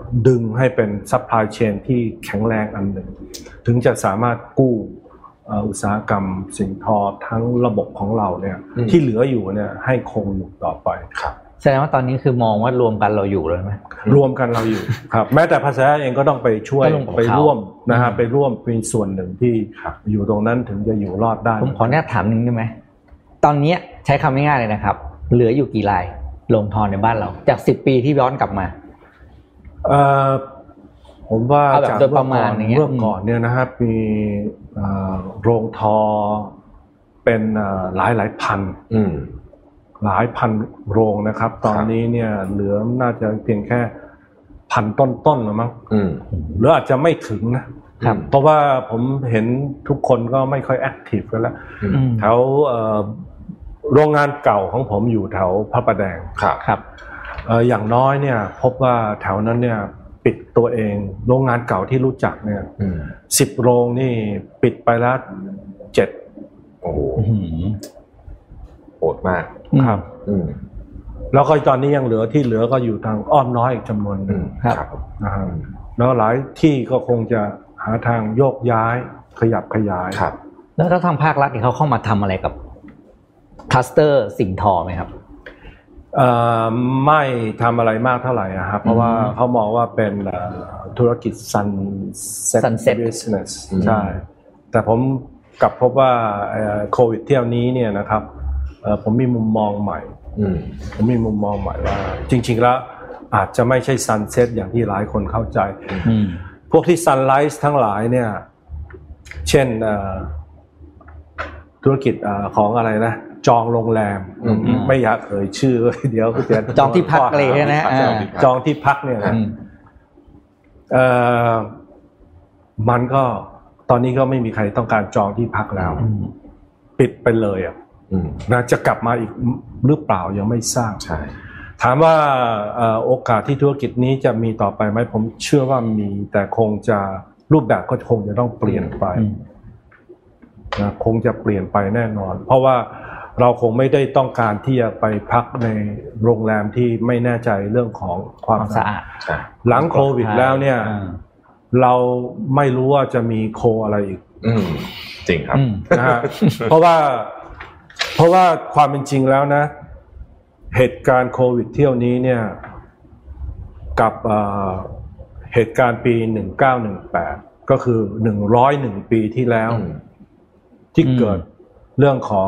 ดึงให้เป็นซัพพลายเชนที่แข็งแรงอันหนึ่งถึงจะสามารถกู้อุตสาหกรรมสิ่งทอทั้งระบบของเราเนี่ยที่เหลืออยู่เนี่ยให้คงอยู่ต่อไปครับแสดงว่าตอนนี้คือมองว่ารวมกันเราอยู่เลยไหมรวมกันเราอยู่ครับแม้แต่ภาษาเองก็ต้องไปช่วยไปร่วมนะฮะไปร่วมเป็นส่วนหนึ่งที่อยู่ตรงนั้นถึงจะอยู่รอดได้ผมขออนุญาตถามนึงได้ไหมตอนนี้ใช้คำง่ายๆเลยนะครับเหลืออยู่กี่รายโรงทอในบ้านเราจากสิบปีที่ย้อนกลับมาเอ่อผมว่าจากประมาณอย่างเงี้ยเมื่อก่อนเนี่ยนะครับมีโรงทอเป็นหลายหลายพันหลายพันโรงนะครับตอนนี้เนี่ยเหลือน่าจะเพียงแค่พันต้นๆหรือมั้งหรืออาจจะไม่ถึงนะเพราะว่าผมเห็นทุกคนก็ไม่ค่อยแอคทีฟกันแล้วแถวโรงงานเก่าของผมอยู่แถวพระประแดงครับอย่างน้อยเนี่ยพบว่าแถวนั้นเนี่ยปิดตัวเองโรงงานเก่าที่รู้จักเนี่ยสิบโรงนี่ปิดไปแล้วเจ็ดโอ้โหโหดมากครับแล้วก็ตอนนี้ยังเหลือที่เหลือก็อยู่ทางอ้อมน้อยอีกจำนวนหนึ่งครับแล้วหลายที่ก็คงจะหาทางโยกย้ายขยับขยายครับแล้วถ้าทางภาครัฐเขาเข้ามาทำอะไรกับคลัสเตอร์สิ่งทอไหมครับเอ่อไม่ทำอะไรมากเท่าไหร่ครับเพราะว่าเขามองว่าเป็นธุรกิจ sunset business ใช่แต่ผมกลับพบว่าโควิดเที่ยวนี้เนี่ยนะครับผมมีมุมมองใหม่ผมมีมุมมองใหม่ว่าจริงๆแล้วอาจจะไม่ใช่ sunset อย่างที่หลายคนเข้าใจพวกที่ sunrise ทั้งหลายเนี่ยเช่นธุรกิจของอะไรนะจองโรงแรมไม่อยากเอ่ยชื่อเดี๋ยวคุณเจนจองที่พักเลยนะฮะจองที่พักเนี่ยนะเอ่อมันก็ตอนนี้ก็ไม่มีใครต้องการจองที่พักแล้วปิดไปเลยอ่ะนะจะกลับมาอีกหรือเปล่ายังไม่ทราบใช่ถามว่าโอกาสที่ธุรกิจนี้จะมีต่อไปไหมผมเชื่อว่ามีแต่คงจะรูปแบบก็คงจะต้องเปลี่ยนไปนะคงจะเปลี่ยนไปแน่นอนเพราะว่าเราคงไม่ได้ต้องการที่จะไปพักในโรงแรมที่ไม่แน่ใจเรื่องของความสะอาดหลังโควิดแล้วเนี่ยเราไม่รู้ว่าจะมีโคอะไรอีกจริงครับนะฮะเพราะว่าเพราะว่าความเป็นจริงแล้วนะเหตุการณ์โควิดเที่ยวนี้เนี่ยกับเหตุการณ์ปีหนึ่งเก้าหนึ่งแปดก็คือหนึ่งร้อยเอ็ดปีที่แล้วที่เกิดเรื่องของ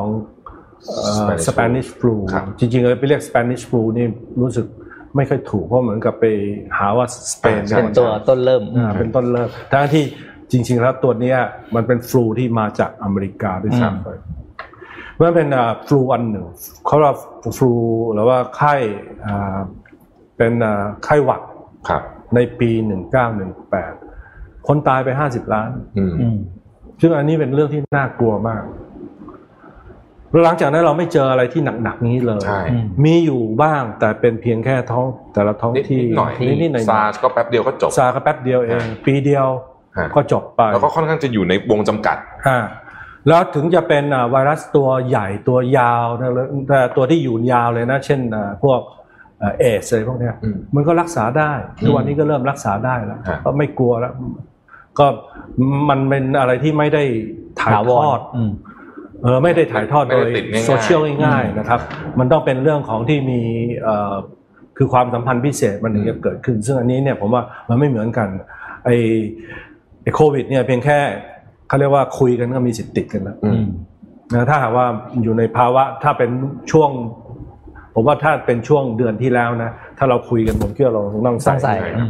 Spanish flu จริงๆเลยไปเรียก Spanish flu นี่รู้สึกไม่ค่อยถูกเพราะเหมือนกับไปหาว่าสเปนเป็นตัวต้นเริ่มเป็นต้นเริ่มทั้งที่จริงๆแล้วตัวนี้มันเป็นฟลูที่มาจากอเมริกาด้วยซ้ำไปมันเป็นฟลูอันหนึ่งเขาเรียกฟลูหรือว่าไข้เป็นไข้หวัดในปีหนึ่งเก้าหนึ่งแปดคนตายไปห้าสิบล้านซึ่งอันนี้เป็นเรื่องที่น่ากลัวมากหลังจากนั้นเราไม่เจออะไรที่หนักๆนี้เลยมีอยู่บ้างแต่เป็นเพียงแค่ท้องแต่ละท้องที่นิดๆหน่อยๆซาร์สก็แป๊บเดียวก็จบซาร์ก็แป๊บเดียวเองปีเดียวก็จบไปแล้วก็ค่อนข้างจะอยู่ในวงจำกัดแล้วถึงจะเป็นไวรัสตัวใหญ่ตัวยาวแต่ตัวที่อยู่ยาวเลยนะเช่นพวกเอสอะไรพวกนี้มันก็รักษาได้ทุกวันนี้ก็เริ่มรักษาได้แล้วก็ไม่กลัวแล้วก็มันเป็นอะไรที่ไม่ได้ถ่ายทอดเออไม่ได้ถ่ายทอดโดยโซเชียลง่ายๆนะครับมันต้องเป็นเรื่องของที่มีเอ่อคือความสัมพันธ์พิเศษมันถึงจะเกิดขึ้นซึ่งอันนี้เนี่ยผมว่ามันไม่เหมือนกันไอ้ไอ้โควิดเนี่ยเพียงแค่เขาเรียกว่าคุยกันก็มีสิทธิ์ติดกันแล้วนะถ้าหากว่าอยู่ในภาวะถ้าเป็นช่วงผมว่าถ้าเป็นช่วงเดือนที่แล้วนะถ้าเราคุยกันผมคิดว่าเราต้องใส่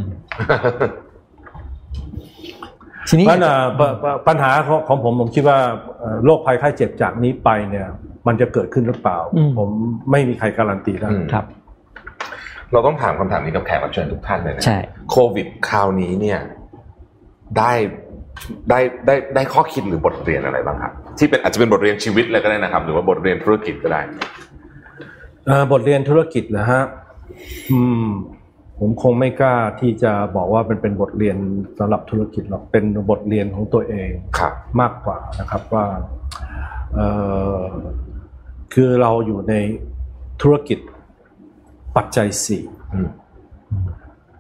ทีนี้ปัญหาของผมผมคิดว่าโรคภัยไข้เจ็บจากนี้ไปเนี่ยมันจะเกิดขึ้นหรือเปล่าผมไม่มีใครการันตีได้ครับเราต้องถามคำถามนี้กับแขกรับเชิญทุกท่านเลยนะโควิดคราวนี้เนี่ยได้ได้ได้ได้ข้อคิดหรือบทเรียนอะไรบ้างครับที่เป็นอาจจะเป็นบทเรียนชีวิตเลยก็ได้นะครับหรือว่าบทเรียนธุรกิจก็ได้บทเรียนธุรกิจนะฮะอืมผมคงไม่กล้าที่จะบอกว่าเป็นเป็นบทเรียนสำหรับธุรกิจหรอกเป็นบทเรียนของตัวเองมากกว่านะครับว่าเอ่อคือเราอยู่ในธุรกิจปัจจัยสี่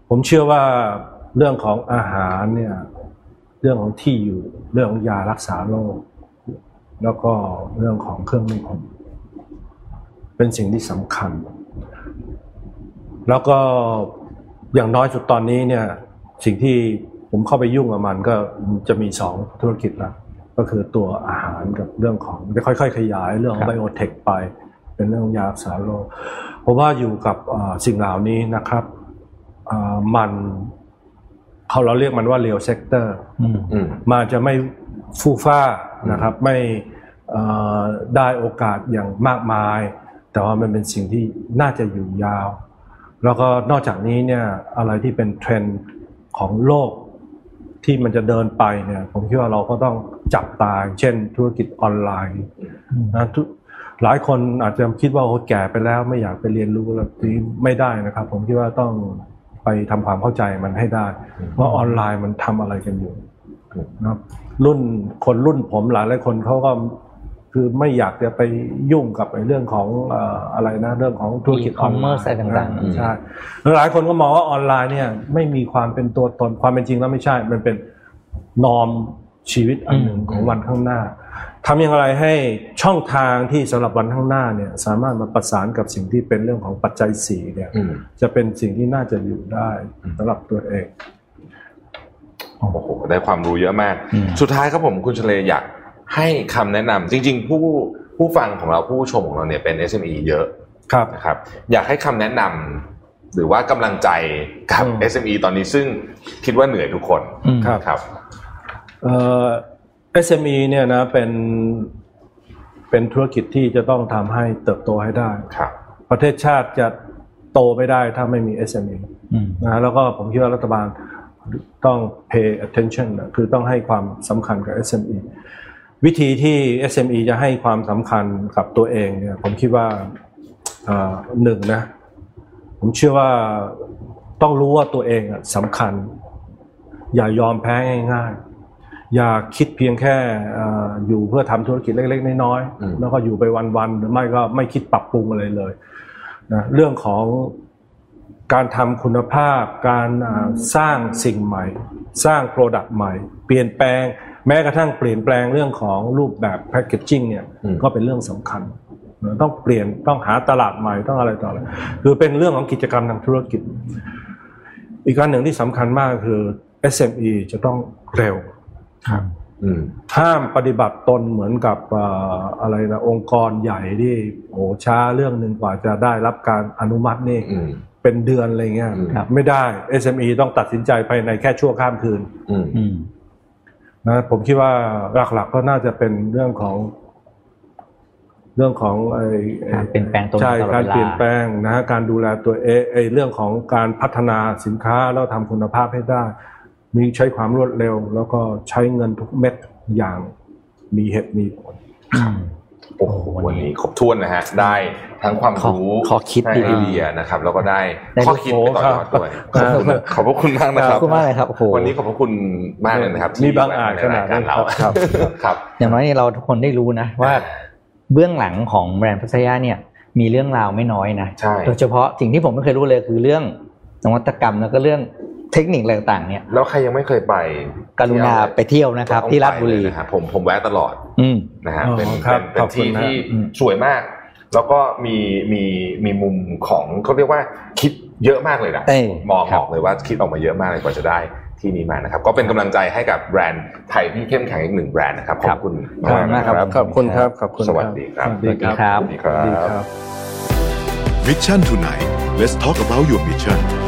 ผมเชื่อว่าเรื่องของอาหารเนี่ยเรื่องของที่อยู่เรื่องของยารักษาโรคแล้วก็เรื่องของเครื่องนุ่งห่มเป็นสิ่งที่สำคัญแล้วก็อย่างน้อยสุดตอนนี้เนี่ยสิ่งที่ผมเข้าไปยุ่งกับมันก็จะมีสองธุรกิจละก็คือตัวอาหารกับเรื่องของจะค่อยๆขยายเรื่องของไบโอเทคไปเป็นเรื่องยารักษาโรคเพราะว่าอยู่กับสิ่งเหล่านี้นะครับมันเขาเราเรียกมันว่าเรียลเซกเตอร์มันจะไม่ฟู่ฟ้านะครับไม่ได้โอกาสอย่างมากมายแต่ว่ามันเป็นสิ่งที่น่าจะอยู่ยาวแล้วก็นอกจากนี้เนี่ยอะไรที่เป็นเทรนด์ของโลกที่มันจะเดินไปเนี่ยผมคิดว่าเราก็ต้องจับตาเช่นธุรกิจออนไลน์นะหลายคนอาจจะคิดว่าโอ้แก่ไปแล้วไม่อยากไปเรียนรู้แล้วที่ไม่ได้นะครับผมคิดว่าต้องไปทำความเข้าใจมันให้ได้ว่าออนไลน์มันทำอะไรกันอยู่นะครับรุ่นคนรุ่นผมหลายหลายคนเขาก็คือไม่อยากจะไปยุ่งกับไอ้เรื่องของเอ่ออะไรนะเรื่องของธุรกิจออนไลน์อะไรต่างๆใช่หลายคนก็มองว่าออนไลน์เนี่ยไม่มีความเป็นตัวตนความเป็นจริงแล้วไม่ใช่มันเป็นนอร์มชีวิตอันหนึ่งของวันข้างหน้าทำอย่างไรให้ช่องทางที่สำหรับวันข้างหน้าเนี่ยสามารถมาประสานกับสิ่งที่เป็นเรื่องของปัจจัยสี่เนี่ยจะเป็นสิ่งที่น่าจะอยู่ได้สำหรับตัวเองโอ้โหได้ความรู้เยอะมากสุดท้ายครับผมคุณเฉลยอยากให้คำแนะนำจริงๆผู้ผู้ฟังของเราผู้ชมของเราเนี่ยเป็น เอส เอ็ม อี เยอะครับนะครับอยากให้คำแนะนำหรือว่ากำลังใจกับ เอส เอ็ม อี ตอนนี้ซึ่งคิดว่าเหนื่อยทุกคนครับครับเอ่อ เอส เอ็ม อี เนี่ยนะเป็นเป็นธุรกิจที่จะต้องทำให้เติบโตให้ได้ครับประเทศชาติจะโตไม่ได้ถ้าไม่มี เอส เอ็ม อี นะแล้วก็ผมคิดว่ารัฐบาลต้อง pay attention นะคือต้องให้ความสำคัญกับ เอส เอ็ม อี วิธีที่ เอส เอ็ม อี จะให้ความสำคัญกับตัวเองเนี่ยผมคิดว่าหนึ่งนะผมเชื่อว่าต้องรู้ว่าตัวเองสำคัญอย่ายอมแพ้ง่ายๆอย่าคิดเพียงแค่อยู่เพื่อทำธุรกิจเล็กๆน้อยๆแล้วก็อยู่ไปวันๆหรือไม่ก็ไม่คิดปรับปรุงอะไรเลยนะเรื่องของการทำคุณภาพการสร้างสิ่งใหม่สร้างโปรดักต์ใหม่เปลี่ยนแปลงแม้กระทั่งเปลี่ยนแปลงเรื่องของรูปแบบแพคเกจจิ้งเนี่ยก็เป็นเรื่องสำคัญต้องเปลี่ยนต้องหาตลาดใหม่ต้องอะไรต่ออะไรคือเป็นเรื่องของกิจกรรมทางธุรกิจอีกการหนึ่งที่สำคัญมากคือ เอส เอ็ม อี จะต้องเร็วห้ามปฏิบัติตนเหมือนกับอะไรนะองค์กรใหญ่ที่โอ้ช้าเรื่องนึงกว่าจะได้รับการอนุมัตินี่เป็นเดือนอะไรเงี้ยไม่ได้ เอส เอ็ม อี ต้องตัดสินใจภายในแค่ชั่วข้ามคืนนะผมคิดว่าหลักๆก็น่าจะเป็นเรื่องของเรื่องของไอ้การเปลี่ยนแปลงตัวใช่การเปลี่ยนแปลงนะการดูแลตัวเองไอ้เรื่องของการพัฒนาสินค้าแล้วทำคุณภาพให้ได้มีใช้ความรวดเร็วแล้วก็ใช้เงินทุกเม็ดอย่างมีเหตุมีผลโอ้โหวันนี้ครบถ้วนนะฮะได้ทั้งความรู้ข้อคิดไอเดียนะครับแล้วก็ได้ข้อคิดไปต่อยอดด้วยขอบพระคุณมากนะครับขอบคุณมากเลยครับโอ้โหวันนี้ขอบพระคุณมากเลยนะครับมีบางอ่านขนาดนั้นครับครับอย่างน้อยเราทุกคนได้รู้นะว่าเบื้องหลังของแบรนด์พัทยาเนี่ยมีเรื่องราวไม่น้อยนะโดยเฉพาะสิ่งที่ผมไม่เคยรู้เลยคือเรื่องนวัตกรรมแล้วก็เรื่องเทคนิคอะไรต่างๆเนี่ยแล้วใครยังไม่เคยไปกรุณาไปเที่ยวนะครับที่ราชบุรีนะครับผมผมแวะตลอดนะฮะเป็นเป็นที่ที่สวยมากแล้วก็มีมีมีมุมของเขาเรียกว่าคิดเยอะมากเลยนะมองออกเลยว่าคิดออกมาเยอะมากเลยกว่าจะได้ที่นี้มานะครับก็เป็นกำลังใจให้กับแบรนด์ไทยที่เข้มแข็งอีกหนึ่งแบรนด์นะครับขอบคุณมากครับขอบคุณครับขอบคุณสวัสดีครับสวัสดีครับสวัสดีครับ Mission Tonight Let's talk about your mission